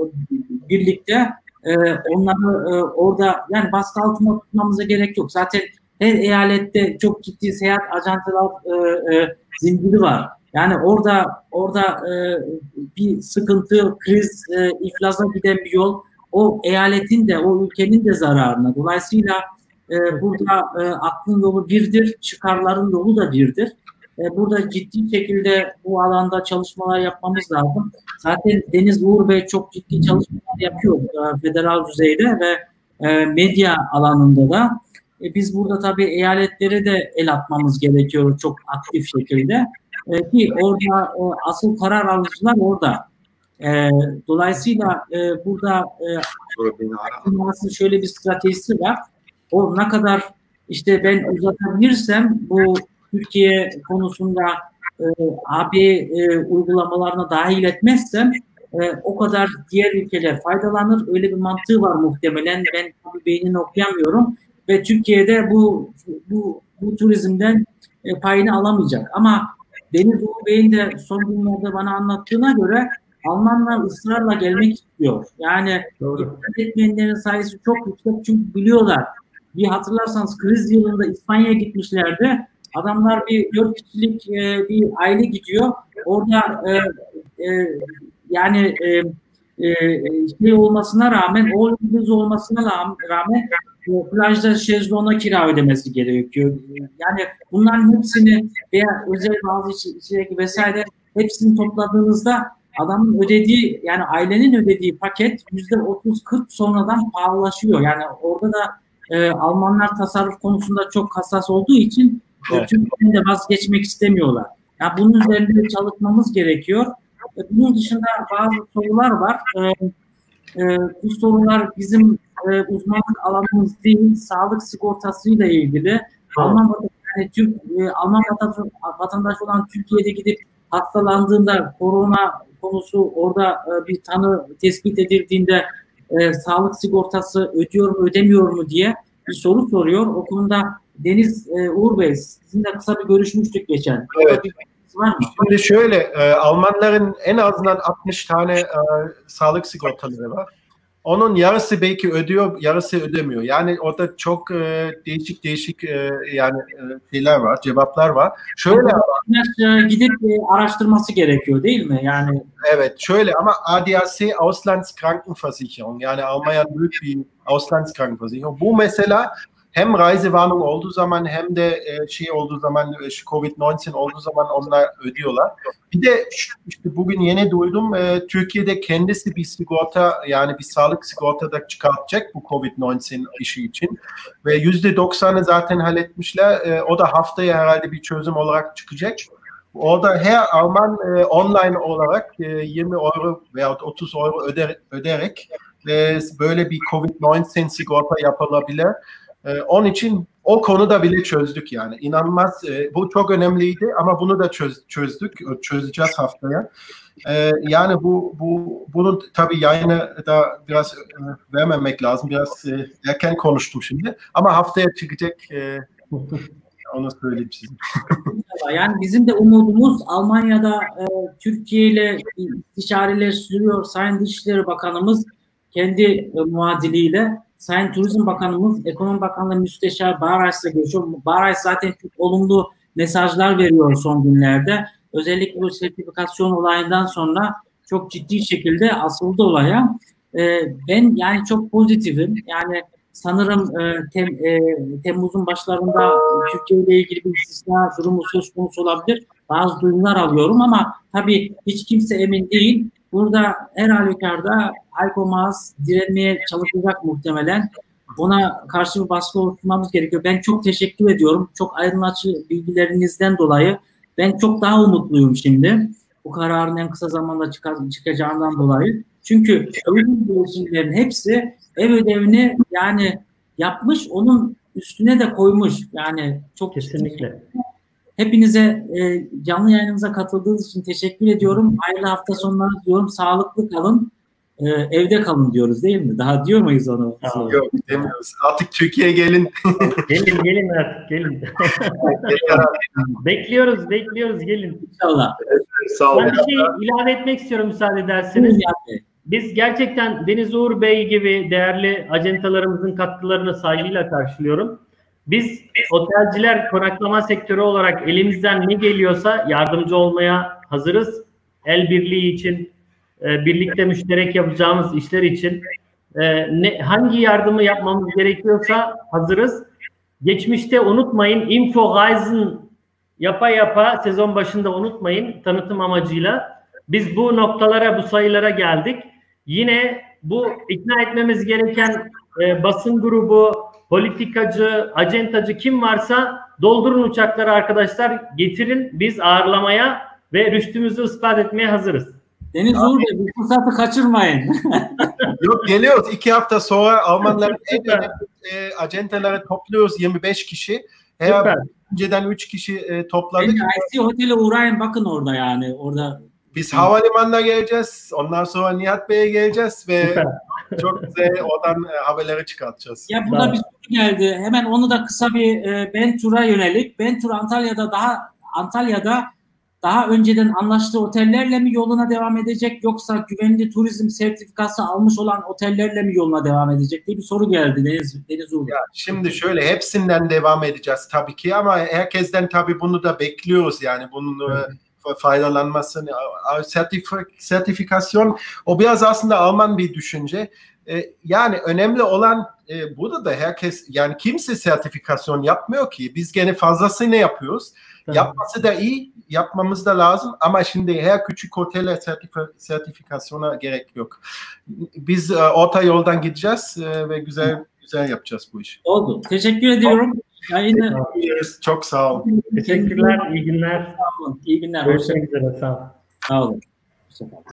birlikte e, onları e, orada yani baskı altında tutmamıza gerek yok. Zaten her eyalette çok ciddi seyahat ajantalar e, e, zinciri var. Yani orada orada e, bir sıkıntı, kriz, e, iflasa giden bir yol o eyaletin de o ülkenin de zararına. Dolayısıyla e, burada e, aklın yolu birdir, çıkarların yolu da birdir. E, burada ciddi şekilde bu alanda çalışmalar yapmamız lazım. Zaten Deniz Uğur Bey çok ciddi çalışmalar yapıyor e, federal düzeyde ve e, medya alanında da. E, biz burada tabii eyaletlere de el atmamız gerekiyor çok aktif şekilde. E, ki orada e, asıl karar alıcılar orada. E, dolayısıyla e, burada e, şöyle bir stratejisi var. O ne kadar işte ben uzatabilirsem bu Türkiye konusunda e, A B e, uygulamalarına dahil etmezsem e, o kadar diğer ülkeler faydalanır. Öyle bir mantığı var muhtemelen. Ben tabii beynini okuyamıyorum ve Türkiye'de bu bu, bu turizmden e, payını alamayacak. Ama Deniz Uğur Bey'in de son günlerde bana anlattığına göre Almanlar ısrarla gelmek istiyor. Yani iptal etmeyenlerin sayısı çok yüksek çünkü biliyorlar. Bir hatırlarsanız kriz yılında İspanya'ya gitmişlerdi. Adamlar bir dört kişilik e, bir aile gidiyor. Orada e, e, yani e, e, şey olmasına rağmen, o yüz olmasına rağmen e, plajda şezlonga kira ödemesi gerekiyor. Yani bunların hepsini veya özel bazı içeriki vesaire hepsini topladığınızda adamın ödediği yani ailenin ödediği paket yüzde otuz kırk sonradan pahalılaşıyor. Yani orada da e, Almanlar tasarruf konusunda çok hassas olduğu için evet. Türkiye'den de vazgeçmek istemiyorlar. Yani bunun üzerinde çalışmamız gerekiyor. E, bunun dışında bazı sorular var. E, e, bu sorular bizim e, uzmanlık alanımız değil, sağlık sigortasıyla ilgili. Evet. Alman yani Türk e, Alman vatandaşı olan Türkiye'de gidip hastalandığında korona konusu orada e, bir tanı tespit edildiğinde e, sağlık sigortası ödüyor mu ödemiyor mu diye bir soru soruyor. O konuda Deniz e, Uğur Bey sizinle kısa bir görüşmüştük geçen. Evet. Var mı? Şimdi şöyle e, Almanların en azından altmış tane e, sağlık sigortaları var. Onun yarısı belki ödüyor, yarısı ödemiyor. Yani orada çok e, değişik değişik e, yani e, şeyler var, cevaplar var. Şöyle e, gidip e, araştırması gerekiyor değil mi? Yani evet, şöyle ama A D A C Auslandskrankenversicherung yani Almanya büyük bir Auslandskrankenversicherung. Bu mesela hem Reisewarnung olduğu zaman hem de e, şey olduğu zaman Covid on dokuz olduğu zaman onlar ödüyorlar. Bir de işte bugün yeni duydum e, Türkiye'de kendisi bir sigorta yani bir sağlık sigorta da çıkartacak bu Covid on dokuz işi için ve yüzde doksanı zaten halletmişler. E, o da haftaya herhalde bir çözüm olarak çıkacak. Orada her Alman e, online olarak e, yirmi euro veya otuz euro öder, öderek e, böyle bir Covid on dokuz sigorta yapılabilir. E, onun için o konuda bile çözdük yani. İnanılmaz. E, bu çok önemliydi ama bunu da çöz, çözdük. Çözeceğiz haftaya. E, yani bu bu bunun tabii yayını da biraz e, vermemek lazım. Biraz e, erken konuştum şimdi. Ama haftaya çıkacak. E, onu söyleyeyim size. Yani bizim de umudumuz Almanya'da e, Türkiye ile istişareler sürüyor. Sayın Dışişleri Bakanımız kendi e, muadiliyle, Sayın Turizm Bakanımız, Ekonomi Bakanlığı Müsteşar Barays'la görüşüyor. Barays zaten çok olumlu mesajlar veriyor son günlerde. Özellikle bu sertifikasyon olayından sonra çok ciddi şekilde asıldı olaya. E, ben yani çok pozitifim. Yani sanırım e, tem, e, Temmuz'un başlarında Türkiye ile ilgili bir istisna durumu söz konusu olabilir. Bazı duyumlar alıyorum ama tabii hiç kimse emin değil. Burada her halükarda Heiko Maas direnmeye çalışacak muhtemelen. Ona karşı bir baskı oluşturmamız gerekiyor. Ben çok teşekkür ediyorum. Çok aydınlatıcı bilgilerinizden dolayı. Ben çok daha umutluyum şimdi. Bu kararın en kısa zamanda çık- çıkacağından dolayı. Çünkü ölüm değişimlerin hepsi ev ödevini yani yapmış, onun üstüne de koymuş. Yani çok kesinlikle. Hepinize e, canlı yayınımıza katıldığınız için teşekkür ediyorum. Hayırlı hafta sonları diyorum. Sağlıklı kalın. E, evde kalın diyoruz değil mi? Daha diyor muyuz onu? Yok demiyoruz. Artık Türkiye'ye gelin. Gelin gelin artık gelin. bekliyoruz bekliyoruz gelin. İnşallah. Sağ olun. Ben bir şey ilave etmek istiyorum müsaade ederseniz. Biz gerçekten Deniz Uğur Bey gibi değerli acentalarımızın katkılarını saygıyla karşılıyorum. Biz otelciler, konaklama sektörü olarak elimizden ne geliyorsa yardımcı olmaya hazırız. El birliği için, birlikte müşterek yapacağımız işler için ne, hangi yardımı yapmamız gerekiyorsa hazırız. Geçmişte unutmayın, Info Reisen yapa yapa sezon başında unutmayın tanıtım amacıyla. Biz bu noktalara, bu sayılara geldik. Yine bu ikna etmemiz gereken e, basın grubu, politikacı, acentacı kim varsa doldurun uçakları arkadaşlar, getirin, biz ağırlamaya ve rüştümüzü ispat etmeye hazırız. Deniz Uğur Bey, bu fırsatı kaçırmayın. Yok, geliyoruz. İki hafta sonra Almanlar e, acentaları topluyoruz, yirmi beş kişi. Her önceden üç kişi e, topladık. I C Otel'e uğrayın, bakın orada yani. Orada biz havalimanına geleceğiz. Ondan sonra Nihat Bey'e geleceğiz ve Süper. çok güzel oradan e, haberleri çıkartacağız. Ya burada bir soru geldi. Hemen onu da kısa bir e, Bentur'a yönelik. Bentur Antalya'da daha Antalya'da daha önceden anlaştığı otellerle mi yoluna devam edecek, yoksa güvenli turizm sertifikası almış olan otellerle mi yoluna devam edecek diye bir soru geldi Deniz, Deniz Uğur. Ya şimdi şöyle, hepsinden devam edeceğiz tabii ki ama herkesten tabii bunu da bekliyoruz yani bunun evet. faydalanmasını. Sertif sertifikasyon o biraz aslında Alman bir düşünce. Yani önemli olan e, burada da herkes, yani kimse sertifikasyon yapmıyor ki. Biz gene fazlasını yapıyoruz. Tamam. Yapması da iyi, yapmamız da lazım ama şimdi her küçük otele sertif sertifikasyona gerek yok. Biz e, orta yoldan gideceğiz e, ve güzel güzel yapacağız bu işi. Oldu. Teşekkür ediyorum. Yayını... Çok sağ olun. Teşekkürler, iyi günler. Sağ olun. İyi günler. Görüşmek üzere, sağ olun. Sağ olun.